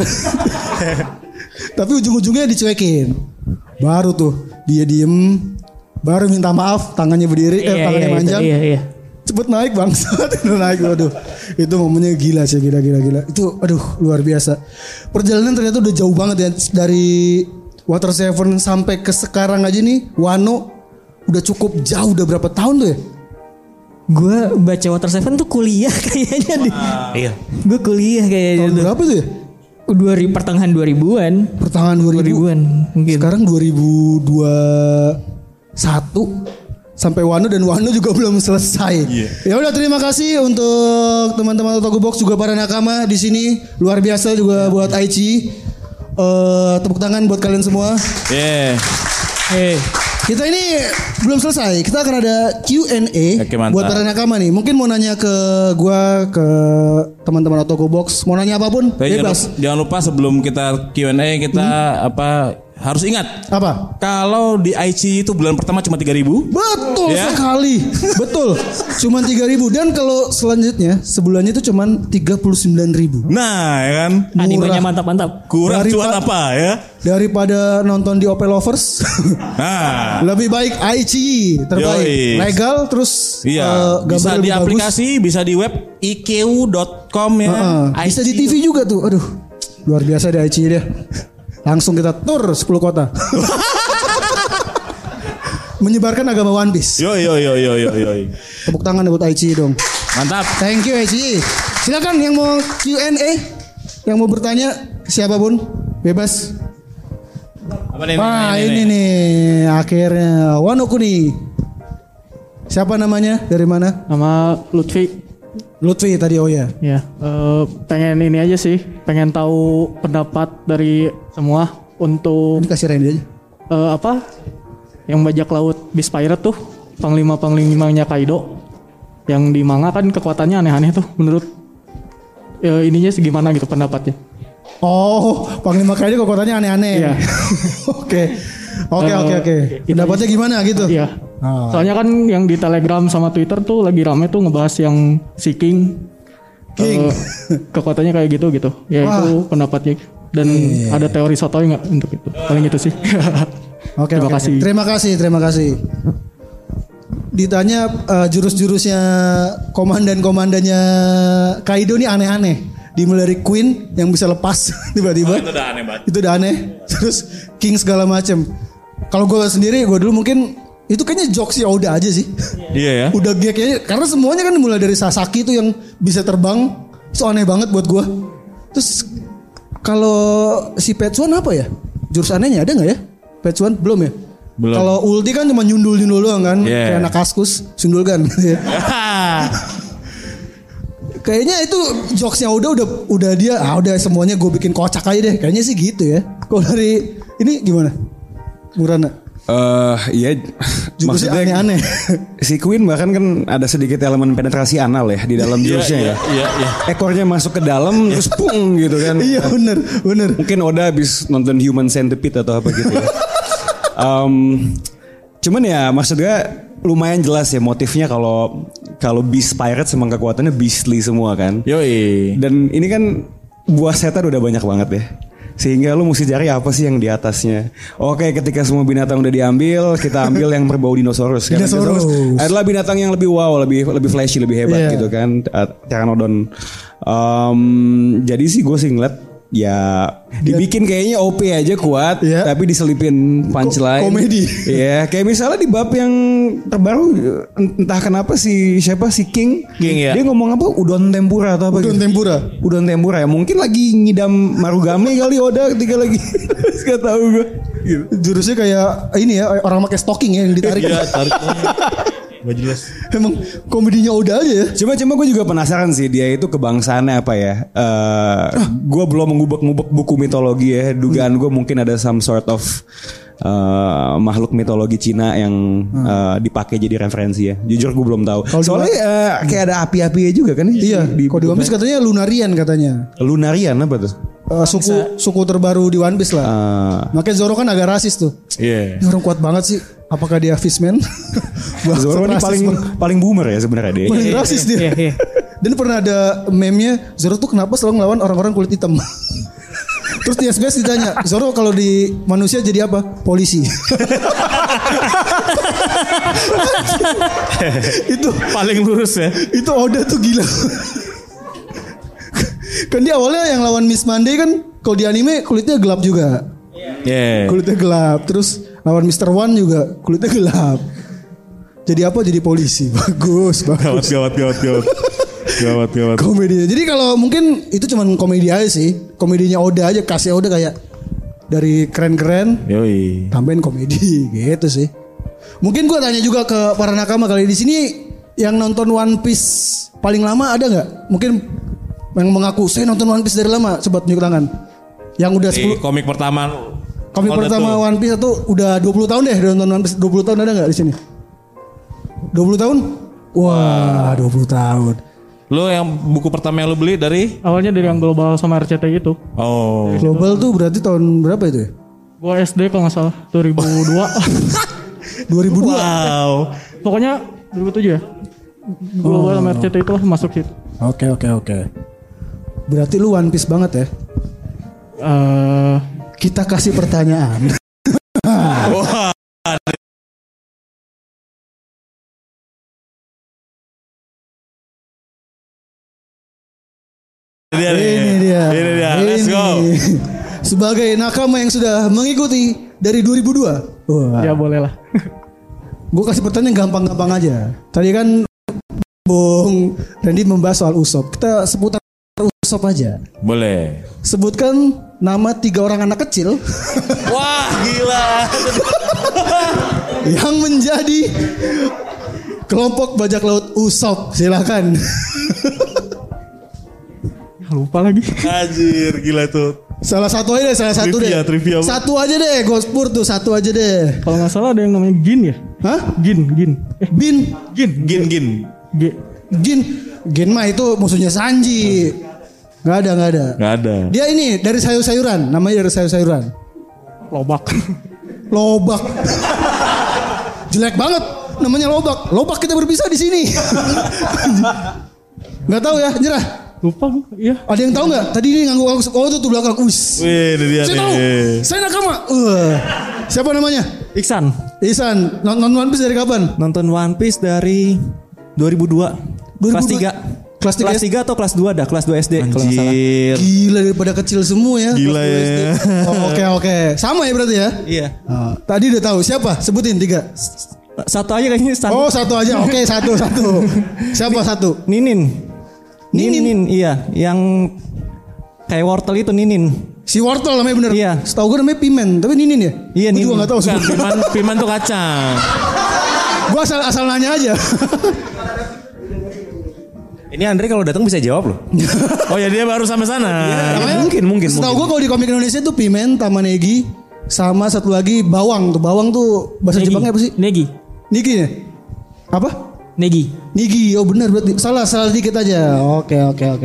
F: Tapi ujung-ujungnya dicuekin. Baru tuh dia diem. Baru minta maaf. Tangannya berdiri. Tangannya manjang. Iya. Cepet naik bangsat. Naik. Waduh. Itu momennya gila sih. Gila. Itu aduh luar biasa. Perjalanan ternyata udah jauh banget ya. Dari Water 7 sampai ke sekarang aja nih. Wano udah cukup jauh, udah berapa tahun tuh ya?
H: Gue baca Water 7 tuh kuliah kayaknya.
K: Iya.
H: Gue kuliah kayaknya.
F: Tahun berapa tuh ya?
H: Pertengahan 2000-an.
F: Pertengahan 2000-an mungkin. Sekarang 2021 sampai Wano, dan Wano juga belum selesai. Ya udah, terima kasih untuk teman-teman Otaku Box, juga para nakama di sini. Luar biasa juga buat Aichi. Tepuk tangan buat kalian semua. Kita ini belum selesai. Kita akan ada Q&A buat para nakama nih. Mungkin mau nanya ke gua, ke teman-teman Otaku Box, mau nanya apapun, bebas.
K: Jangan lupa sebelum kita Q&A kita harus ingat
F: apa?
K: Kalau di IC itu bulan pertama cuma 3.000.
F: Betul sekali. Betul. Cuma 3.000, dan kalau selanjutnya sebulannya itu cuma 39.000.
K: Nah, ya kan?
H: Animenya mantap-mantap.
K: Kurang cuan apa ya?
F: Daripada nonton di Opel Lovers.
K: Nah,
F: lebih baik IC terbaik. Legal, terus
K: bisa di aplikasi, bisa di web iq.com ya.
F: Bisa di TV juga tuh. Aduh. Luar biasa deh IC dia. Langsung kita tur 10 kota. Menyebarkan agama One Piece.
K: Yo.
F: Tepuk tangan buat Aichi dong.
K: Mantap.
F: Thank you Aichi. Silakan yang mau Q&A, yang mau bertanya siapapun, bebas. Ini nih akhirnya Wano Kuni. Siapa namanya? Dari mana?
L: Nama Lutfi
F: tadi, oh ya.
L: Ya, pengen ini aja sih, pengen tahu pendapat dari semua untuk.
F: Ini kasih Randy aja.
L: Yang bajak laut Beast Pirate tuh, panglimanya Kaido, yang di manga kan kekuatannya aneh-aneh tuh, menurut ininya segimana gitu pendapatnya?
F: Oh, Panglima Kaido kekuatannya aneh-aneh.
L: Iya.
F: Oke. Pendapatnya gimana gitu?
L: Iya. Soalnya kan yang di Telegram sama Twitter tuh lagi rame tuh ngebahas yang si King. Kekuatannya kayak gitu. Ya itu pendapatnya. Dan ada teori sotoy nggak untuk itu? Paling itu sih. Terima kasih.
F: Terima kasih. Ditanya jurus-jurusnya komandannya Kaido nih aneh-aneh. Dimulai dari Queen yang bisa lepas tiba-tiba.
K: Itu udah aneh banget.
F: Itu udah aneh. Terus King segala macem. Kalau gue sendiri, gue dulu mungkin Itu kayaknya jokesnya Oda aja sih.
K: Iya ya.
F: Udah gagnya karena semuanya kan mulai dari Sasaki itu yang bisa terbang, itu aneh banget buat gua. Terus kalau si Petsuan apa ya? Jurus anehnya ada nggak ya? Petsuan belum ya?
K: Belum.
F: Kalau ulti kan cuma nyundul doang kan,
K: Yeah.
F: kayak anak kaskus, sundulkan. Kayaknya itu jokesnya udah dia udah semuanya gue bikin kocak aja deh. Kayaknya sih gitu ya. Kalau dari ini gimana? Murana?
I: Iya.
F: Jurusnya
I: Maksudnya
F: aneh-aneh.
I: si Queen bahkan kan ada sedikit elemen penetrasi anal ya di dalam jurusnya ya.
K: Iya.
I: Ekornya masuk ke dalam terus pung gitu kan.
F: Iya bener.
I: Mungkin Oda habis nonton Human Centipede atau apa gitu ya. Cuman ya maksudnya lumayan jelas ya motifnya kalau Beast Pirates emang kekuatannya beastly semua kan.
K: Yoi.
I: Dan ini kan buah setan udah banyak banget ya. Sehingga lu mesti cari apa sih yang di atasnya. Oke, ketika semua binatang udah diambil, kita ambil yang berbau dinosaurus. Karena dinosaurus adalah binatang yang lebih wow, lebih flashy, lebih hebat gitu kan. Pteranodon. Jadi sih gue sih ngeliat ya dibikin kayaknya OP aja kuat, tapi diselipin punchline
F: komedi.
I: Ya, kayak misalnya di bab yang terbaru entah kenapa si King
K: ya.
I: Dia ngomong apa udon tempura atau apa
F: Udon tempura
I: ya. Mungkin lagi ngidam marugame kali Oda ketika lagi enggak tahu gue.
F: Jurusnya kayak ini ya, orang pakai stocking ya yang ditarik.
K: Iya, tarik. Gak jelas.
F: Emang komedinya udah aja ya.
I: Cuma gue juga penasaran sih dia itu kebangsaannya apa ya. Gue belum ngubek-ngubek buku mitologi ya. Dugaan gue mungkin ada some sort of makhluk mitologi Cina yang dipakai jadi referensi ya. Jujur gue belum tahu. Soalnya kayak ada api-apinya juga kan.
F: Iya. Kalau di One Piece katanya Lunarian katanya.
I: Lunarian apa tuh?
F: Suku terbaru di One Piece lah. Makanya Zoro kan agak rasis tuh.
K: Iya.
F: Ini orang kuat banget sih. Apakah dia fishman?
I: Zoro ini paling boomer ya sebenarnya dia.
F: Paling rasis dia. Dan pernah ada meme-nya Zoro tuh kenapa selalu ngelawan orang-orang kulit hitam. Terus di SBS ditanya, Zoro kalau di manusia jadi apa? Polisi. Itu
K: paling lurus ya.
F: Itu Oda tuh gila. Kan dia awalnya yang lawan Miss Monday kan kalau di anime kulitnya gelap juga.
K: Yeah.
F: Kulitnya gelap. Terus lawan Mr. One juga kulitnya gelap. Jadi apa? Jadi polisi. Bagus. Gawat. Komedinya. Jadi kalau mungkin itu cuman komedi aja sih. Komedinya Oda aja, kasih Oda kayak dari keren-keren.
K: Yoi.
F: Tambahin komedi gitu sih. Mungkin gua tanya juga ke para nakama kali di sini yang nonton One Piece paling lama ada nggak? Mungkin yang mengaku saya nonton One Piece dari lama, coba tunjuk tangan. Yang udah 10
K: komik pertama
F: One Piece itu udah 20 tahun deh udah nonton One Piece. 20 tahun ada enggak di sini? 20 tahun? Wah, 20 tahun.
K: Lo yang buku pertama yang lo beli dari?
L: Awalnya dari yang global sama RCT itu.
K: Oh.
F: Global tuh berarti tahun berapa itu ya?
L: Gua SD kalau nggak salah 2002.
F: 2002.
K: Wow.
L: Pokoknya 2007 ya. Global sama RCT itu masuk situ.
F: Oke. Berarti lu One Piece banget ya? Kita kasih pertanyaan.
K: Wah.
F: Ini dia.
K: Let's go.
F: Sebagai nakama yang sudah mengikuti dari 2002. Wah.
L: Ya boleh lah.
F: Gue kasih pertanyaan gampang-gampang aja. Tadi kan Bung Randy membahas soal Usopp. Kita seputar Usopp aja.
K: Boleh.
F: Sebutkan nama 3 orang anak kecil.
K: Wah gila.
F: Yang menjadi kelompok bajak laut Usopp. Silakan.
L: Lupa lagi.
K: Anjir gila tuh.
F: Salah satu aja deh,
K: Trivia.
F: Satu aja deh, Gospur tuh satu aja deh.
L: Kalau nggak salah ada yang namanya Gin ya?
F: Hah?
L: Gin.
K: Gin
F: mah itu musuhnya Sanji. Gak ada. Dia ini dari sayur-sayuran, namanya dari sayur-sayuran.
L: Lobak.
F: Jelek banget, namanya Lobak kita berpisah di sini. Gak tahu ya, nyerah.
L: Lupa gue, iya.
F: Ada yang tahu nggak? Tadi ini ngangguk tuh belakang. Wih,
K: ini dia
F: saya tahu. Saya nakama. Siapa namanya?
G: Iksan.
F: Nonton One Piece dari kapan?
G: Nonton One Piece dari 2002. Kelas 3. Kelas 3 atau kelas 2 dah? Kelas 2 SD kalau nggak salah.
F: Gila daripada kecil semua ya.
K: Gila ya.
F: Oke. Sama ya berarti ya?
G: Iya.
F: Tadi udah tahu siapa? Sebutin 3.
G: Satu aja kayaknya.
F: Oh satu aja, oke satu. Siapa satu?
G: Ninin. Iya, yang kayak wortel itu Ninin.
F: Si wortel namanya bener.
G: Iya.
F: Setahu gue namanya pimen, tapi Ninin ya.
G: Iya
F: Gue
G: Ninin.
F: juga nggak tahu.
K: Piman tuh kacang.
F: Gue asal nanya aja.
G: Ini Andre kalau datang bisa jawab loh.
K: Oh ya dia baru sampai sana.
G: Mungkin.
F: Setahu gue kalau di komik Indonesia tuh pimen, tamanegi, sama satu lagi bawang. Tuh bawang tuh bahasa
H: Negi.
F: Jepangnya apa sih?
H: Negi.
F: Nigi ya? Apa?
H: Negi.
F: Nigi. Oh benar berarti. Salah dikit aja. Oke.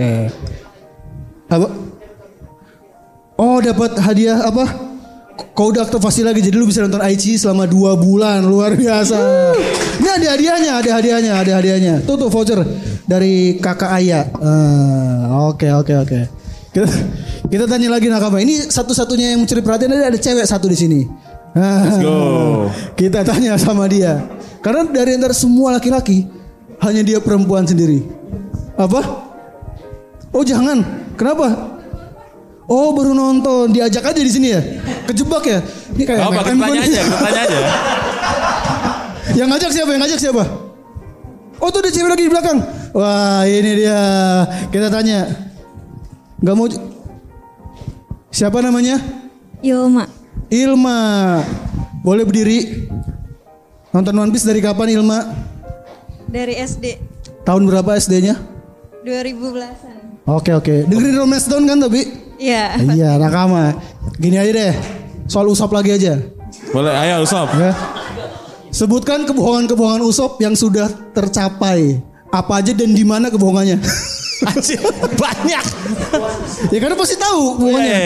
F: Apa? Oh dapat hadiah apa? Kau udah aktivasi lagi jadi lu bisa nonton Aichi selama 2 bulan. Luar biasa. Ini ada hadiahnya. Tuh voucher dari Kakak Aya. Oke. Kita tanya lagi nakama. Ini satu-satunya yang mencuri perhatian ada cewek satu di sini.
K: Let's go.
F: Kita tanya sama dia. Karena dari antara semua laki-laki hanya dia perempuan sendiri. Apa? Oh jangan. Kenapa? Oh baru nonton, diajak aja di sini ya. Kejebak ya. Ini kayak
K: apa? Kita tanya aja.
F: Yang ngajak siapa? Oh tuh ada cewek lagi di belakang. Wah ini dia. Kita tanya. Gak mau. Siapa namanya? Ilma. Boleh berdiri. Nonton One Piece dari kapan Ilma?
M: Dari SD.
F: Tahun berapa SD-nya?
M: 2010-an.
F: Oke. Dengerin Romance Down kan tapi?
M: Iya.
F: Iya nakama. Gini aja deh. Soal Usop lagi aja.
K: Boleh, ayo Usop.
F: Ya. Sebutkan kebohongan-kebohongan Usop yang sudah tercapai. Apa aja dan di mana kebohongannya?
K: Banyak.
F: Ya karena pasti tahu kebohongannya.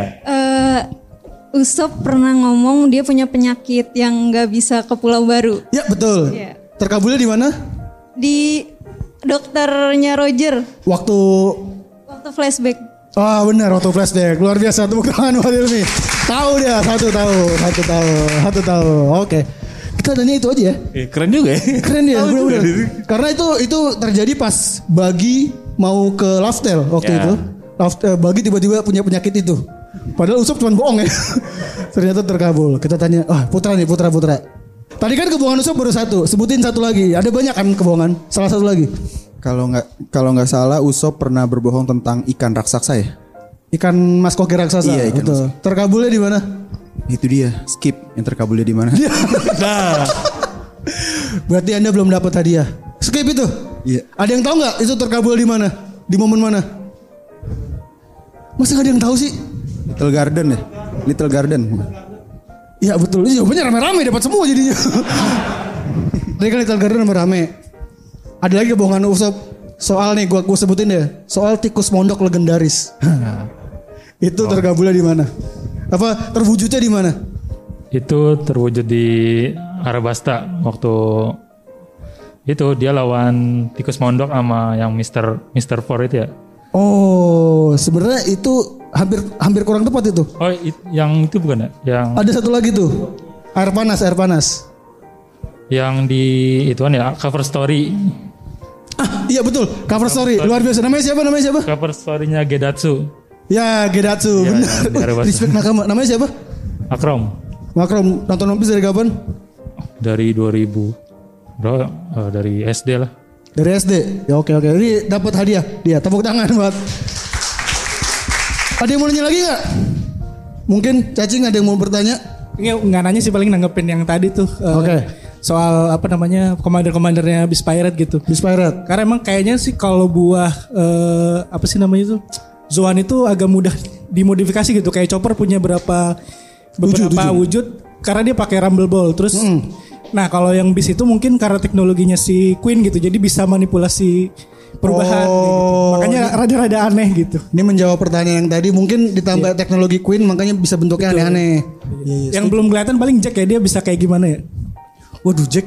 M: Usop pernah ngomong dia punya penyakit yang nggak bisa ke Pulau Baru.
F: Ya betul.
M: Iya.
F: Terkabulnya di mana?
M: Di dokternya Roger.
F: Waktu
M: Flashback.
F: Ah benar waktu flashback. Luar biasa tepuk tangan buat Ilmi. Tahu dia satu tahu. Oke. Kita tanya itu aja ya.
K: Keren juga ya.
F: Keren dia benar-benar. Karena itu terjadi pas Bagi mau ke Laftel waktu itu. Bagi tiba-tiba punya penyakit itu. Padahal Usop cuma bohong ya. Ternyata terkabul. Kita tanya, Putra. Tadi kan kebohongan Usop baru satu. Sebutin satu lagi. Ada banyak kan kebohongan. Salah satu lagi.
N: Kalau nggak salah Usop pernah berbohong tentang ikan raksasa ya.
F: Ikan mas koki raksasa.
N: Iya, ikan
F: betul. Terkabulnya di mana?
N: Itu dia. Skip yang terkabulnya di mana?
K: Nah.
F: Berarti Anda belum dapat hadiah. Skip itu.
N: Iya.
F: Ada yang tahu nggak itu terkabul di mana? Di momen mana? Masa nggak ada yang tahu sih?
N: Little Garden.
F: Iya betul. Jawabannya rame-rame dapat semua jadinya. Tadi kan Little Garden rame-rame. Ada lagi kebohongan Usop soal nih gua sebutin deh. Soal tikus mondok legendaris. Itu terkabulnya di mana? Apa terwujudnya di mana?
O: Itu terwujud di Arabasta waktu itu dia lawan tikus mondok sama yang Mr. Four itu ya.
F: Oh, sebenarnya itu hampir kurang tepat itu.
O: Oh, yang itu bukan ya? Yang
F: ada satu lagi tuh. Air panas.
O: Yang di ituan ya, cover story.
F: Iya betul, cover story. Luar biasa. Namanya siapa?
O: Cover story-nya Gedatsu.
F: Ya, Gedatsu.
O: Ya,
F: benar. Respect nakama. Namanya siapa?
O: Makrom.
F: Nonton One Piece dari kapan?
O: Dari 2000. Bro, dari SD lah.
F: Dari SD. Ya oke. Ini dapat hadiah. Dia tepuk tangan buat. Ada yang mau nanya lagi nggak? Mungkin Cacing ada yang mau bertanya?
L: Nggak nanya sih, paling nanggepin yang tadi tuh.
F: Oke.
L: Soal apa namanya komander-komandernya Beast Pirate gitu.
F: Beast Pirate.
L: Karena emang kayaknya sih kalau buah apa sih namanya itu Zoan itu agak mudah dimodifikasi gitu. Kayak Chopper punya beberapa wujud karena dia pakai Rumble Ball. Terus nah kalau yang Beast itu mungkin karena teknologinya si Queen gitu, jadi bisa manipulasi perubahan gitu. Makanya rada-rada aneh gitu.
F: Ini menjawab pertanyaan yang tadi, mungkin ditambah teknologi Queen makanya bisa bentuknya aneh-aneh.
L: Yang belum kelihatan paling Jack ya, dia bisa kayak gimana ya?
F: Waduh Jack.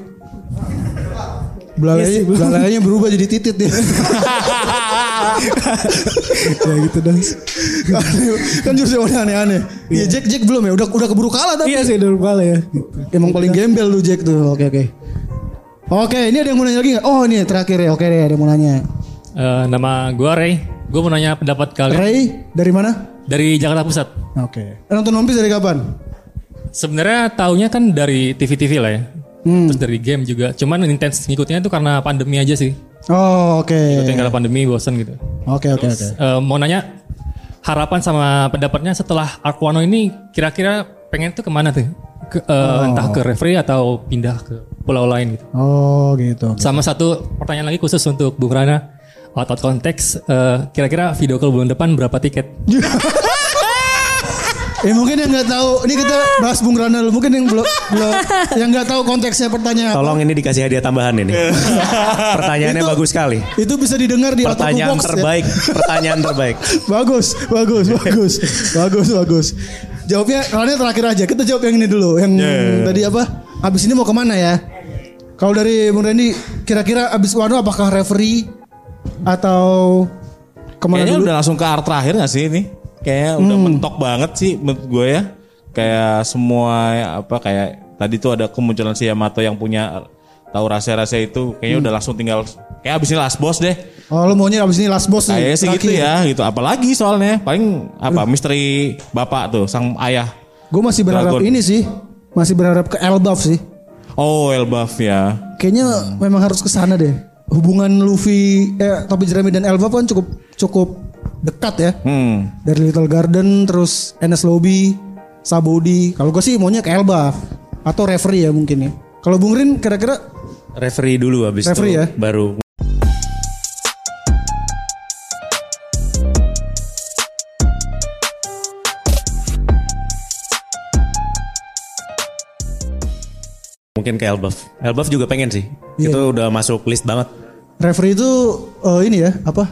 F: Belalainya berubah jadi titit ya. Ya gitu dong. Kan justru aneh-aneh. Iya Jack belum ya, udah keburu kalah tapi.
L: Iya sih udah kalah ya.
F: Emang paling gembel lu Jack tuh. Oke, ini ada yang mau nanya lagi nggak? Oh ini terakhir ya. Oke deh, ada yang mau nanya.
P: Nama gue Ray. Gue mau nanya pendapat kalian.
F: Ray dari mana?
P: Dari Jakarta Pusat.
F: Oke. Nonton One Piece dari kapan?
P: Sebenarnya taunya kan dari TV lah ya. Terus dari game juga. Cuman intens ngikutnya itu karena pandemi aja sih.
F: Oh, oke.
P: Ngikutin karena pandemi bosan gitu.
F: Oke.
P: Mau nanya harapan sama pendapatnya setelah Arc Wano ini kira-kira pengen tuh kemana tuh? Entah ke referee atau pindah ke pulau lain gitu.
F: Oh gitu.
P: Sama satu pertanyaan lagi khusus untuk Bung Rana. Out of konteks, kira-kira video call bulan depan berapa tiket?
F: Mungkin yang nggak tahu, ini kita bahas Bung Rana dulu. Mungkin yang belum yang nggak tahu konteksnya pertanyaan.
G: Tolong ini dikasih hadiah tambahan ini. Pertanyaannya
F: Itu-
G: bagus sekali.
F: Itu bisa didengar di
G: Pertanyaan
F: Otaku Box,
G: terbaik, pertanyaan terbaik.
F: Bagus. Jawabnya Rana terakhir aja. Kita jawab yang ini dulu. Yang tadi apa? Abis ini mau kemana ya? Kalau dari Bung Randy, kira-kira abis Wano apakah referee atau kemana
K: Kayaknya
F: dulu?
K: udah langsung ke art terakhir gak sih ini? Kayaknya udah mentok banget sih menurut gue ya. Kayak semua kayak tadi tuh ada kemunculan si Yamato yang punya tahu rahasia-rahasia itu. Kayaknya udah langsung tinggal kayak abis ini last boss deh.
F: Oh, lo maunya abis ini last boss nih.
K: Kayaknya sih gitu
F: terakhir.
K: ya gitu. Apalagi soalnya paling misteri bapak tuh sang ayah.
F: Gue masih berharap
K: Dragon.
F: ini sih. Masih berharap ke Elbaf sih.
K: Oh, Elbaf ya.
F: Kayaknya memang harus ke sana deh. Hubungan Luffy, Topi Jeremy dan Elbaf kan cukup dekat ya. Dari Little Garden terus Enies Lobby, Sabodi. Kalau gue sih maunya ke Elbaf atau referee ya mungkin ya. Kalau Bung Rin kira-kira
G: Referee dulu habis
F: Referee
G: itu
F: ya?
G: baru. Mungkin ke Elbaf. Elbaf juga pengen sih.
F: Iya.
G: Itu udah masuk list banget.
F: referee itu ini ya apa?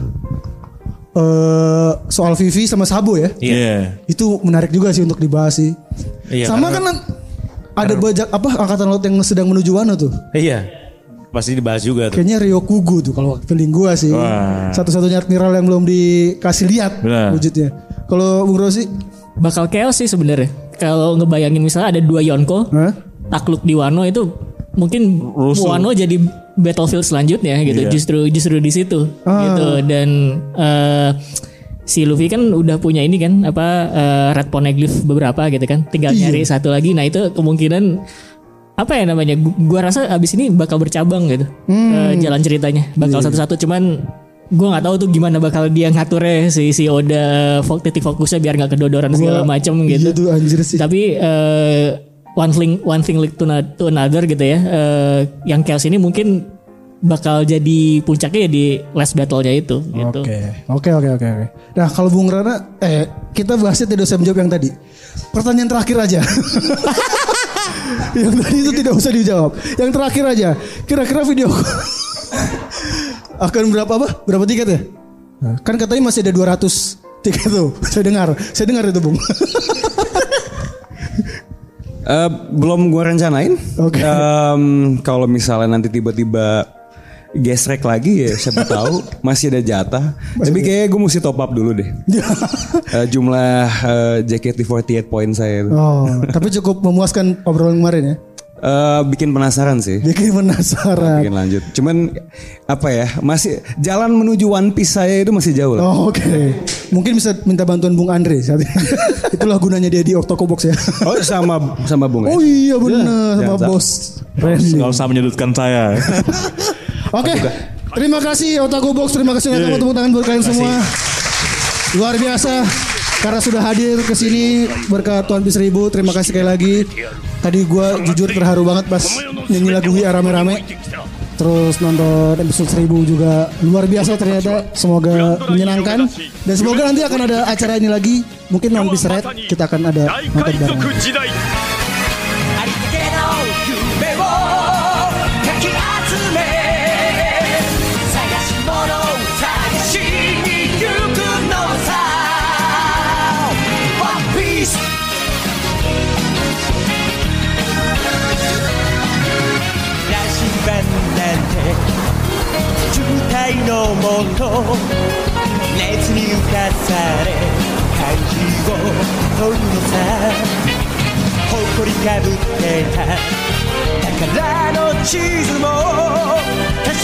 F: Soal Vivi sama Sabo ya.
K: Iya.
F: Itu menarik juga sih untuk dibahas sih.
G: Iya,
F: sama
G: karena-
F: kan ada banyak angkatan laut yang sedang menuju Wano tuh.
G: Iya. Pasti dibahas juga tuh.
F: Kayaknya Ryokugu tuh kalau feeling gua sih.
G: Wah.
F: Satu-satunya admiral yang belum dikasih lihat
H: Benar.
F: wujudnya. Kalau Bung Rosi
H: bakal chaos sih sebenarnya. Kalau ngebayangin misalnya ada 2 Yonko takluk di Wano itu mungkin
F: Rusuh.
H: Wano jadi battlefield selanjutnya gitu.
F: Iya.
H: Justru di situ gitu dan si Luffy kan udah punya ini kan Red Poneglyph beberapa gitu kan. Tinggal
F: Iya.
H: nyari satu lagi. Nah itu kemungkinan apa ya namanya? Gua rasa abis ini bakal bercabang gitu. Jalan ceritanya bakal
F: Iya.
H: satu-satu cuman gue nggak tahu tuh gimana bakal dia ngaturnya si Oda titik fokusnya biar nggak kedodoran segala macam gitu.
F: Iya tuh anjir sih.
H: Tapi one thing lead to another gitu ya. Yang chaos ini mungkin bakal jadi puncaknya di last battle-nya itu gitu.
F: Oke. Nah kalau Bung Rana, kita bahasnya tidak usah menjawab yang tadi. Pertanyaan terakhir aja. Yang tadi itu tidak usah dijawab. Yang terakhir aja. Kira-kira video akan berapa tiket ya? Kan katanya masih ada 200 tiket tuh. Saya dengar itu Bung.
I: Belum gue rencanain. Kalau misalnya nanti tiba-tiba gesrek lagi ya siapa tahu masih ada jatah. Tapi kayaknya gue mesti top up dulu deh. Jumlah JKT48 poin saya.
F: Oh, tapi cukup memuaskan obrolan kemarin ya.
I: Bikin penasaran sih.
F: Bikin penasaran.
I: Bikin lanjut. Cuman apa ya? Masih jalan menuju One Piece saya itu masih jauh lah.
F: Oh, oke. Mungkin bisa minta bantuan Bung Andre saat ini. Itulah gunanya dia di Octoko Box ya.
I: Oh sama Bung.
F: Oh iya benar sama bos.
K: Gak usah menyudutkan saya.
F: Oke. Terima kasih Otaku Box. Terima kasih teman-teman, tepuk tangan buat kalian semua. Luar biasa karena sudah hadir ke sini berkat Tuan Bis 1000. Terima kasih sekali lagi. Tadi gue jujur terharu banget pas nyanyi lagu WIA rame-rame. Terus nonton episode 1000 juga luar biasa ternyata. Semoga menyenangkan. Dan semoga nanti akan ada acara ini lagi. Mungkin One Piece Red kita akan ada nonton bareng.
C: ありったけの夢をかき集め探し物を探しに行くのさ One Piece 羅針盤なんて渋滞のもと熱に浮かされ漢字を取るのさ誇りかぶってた宝の地図も確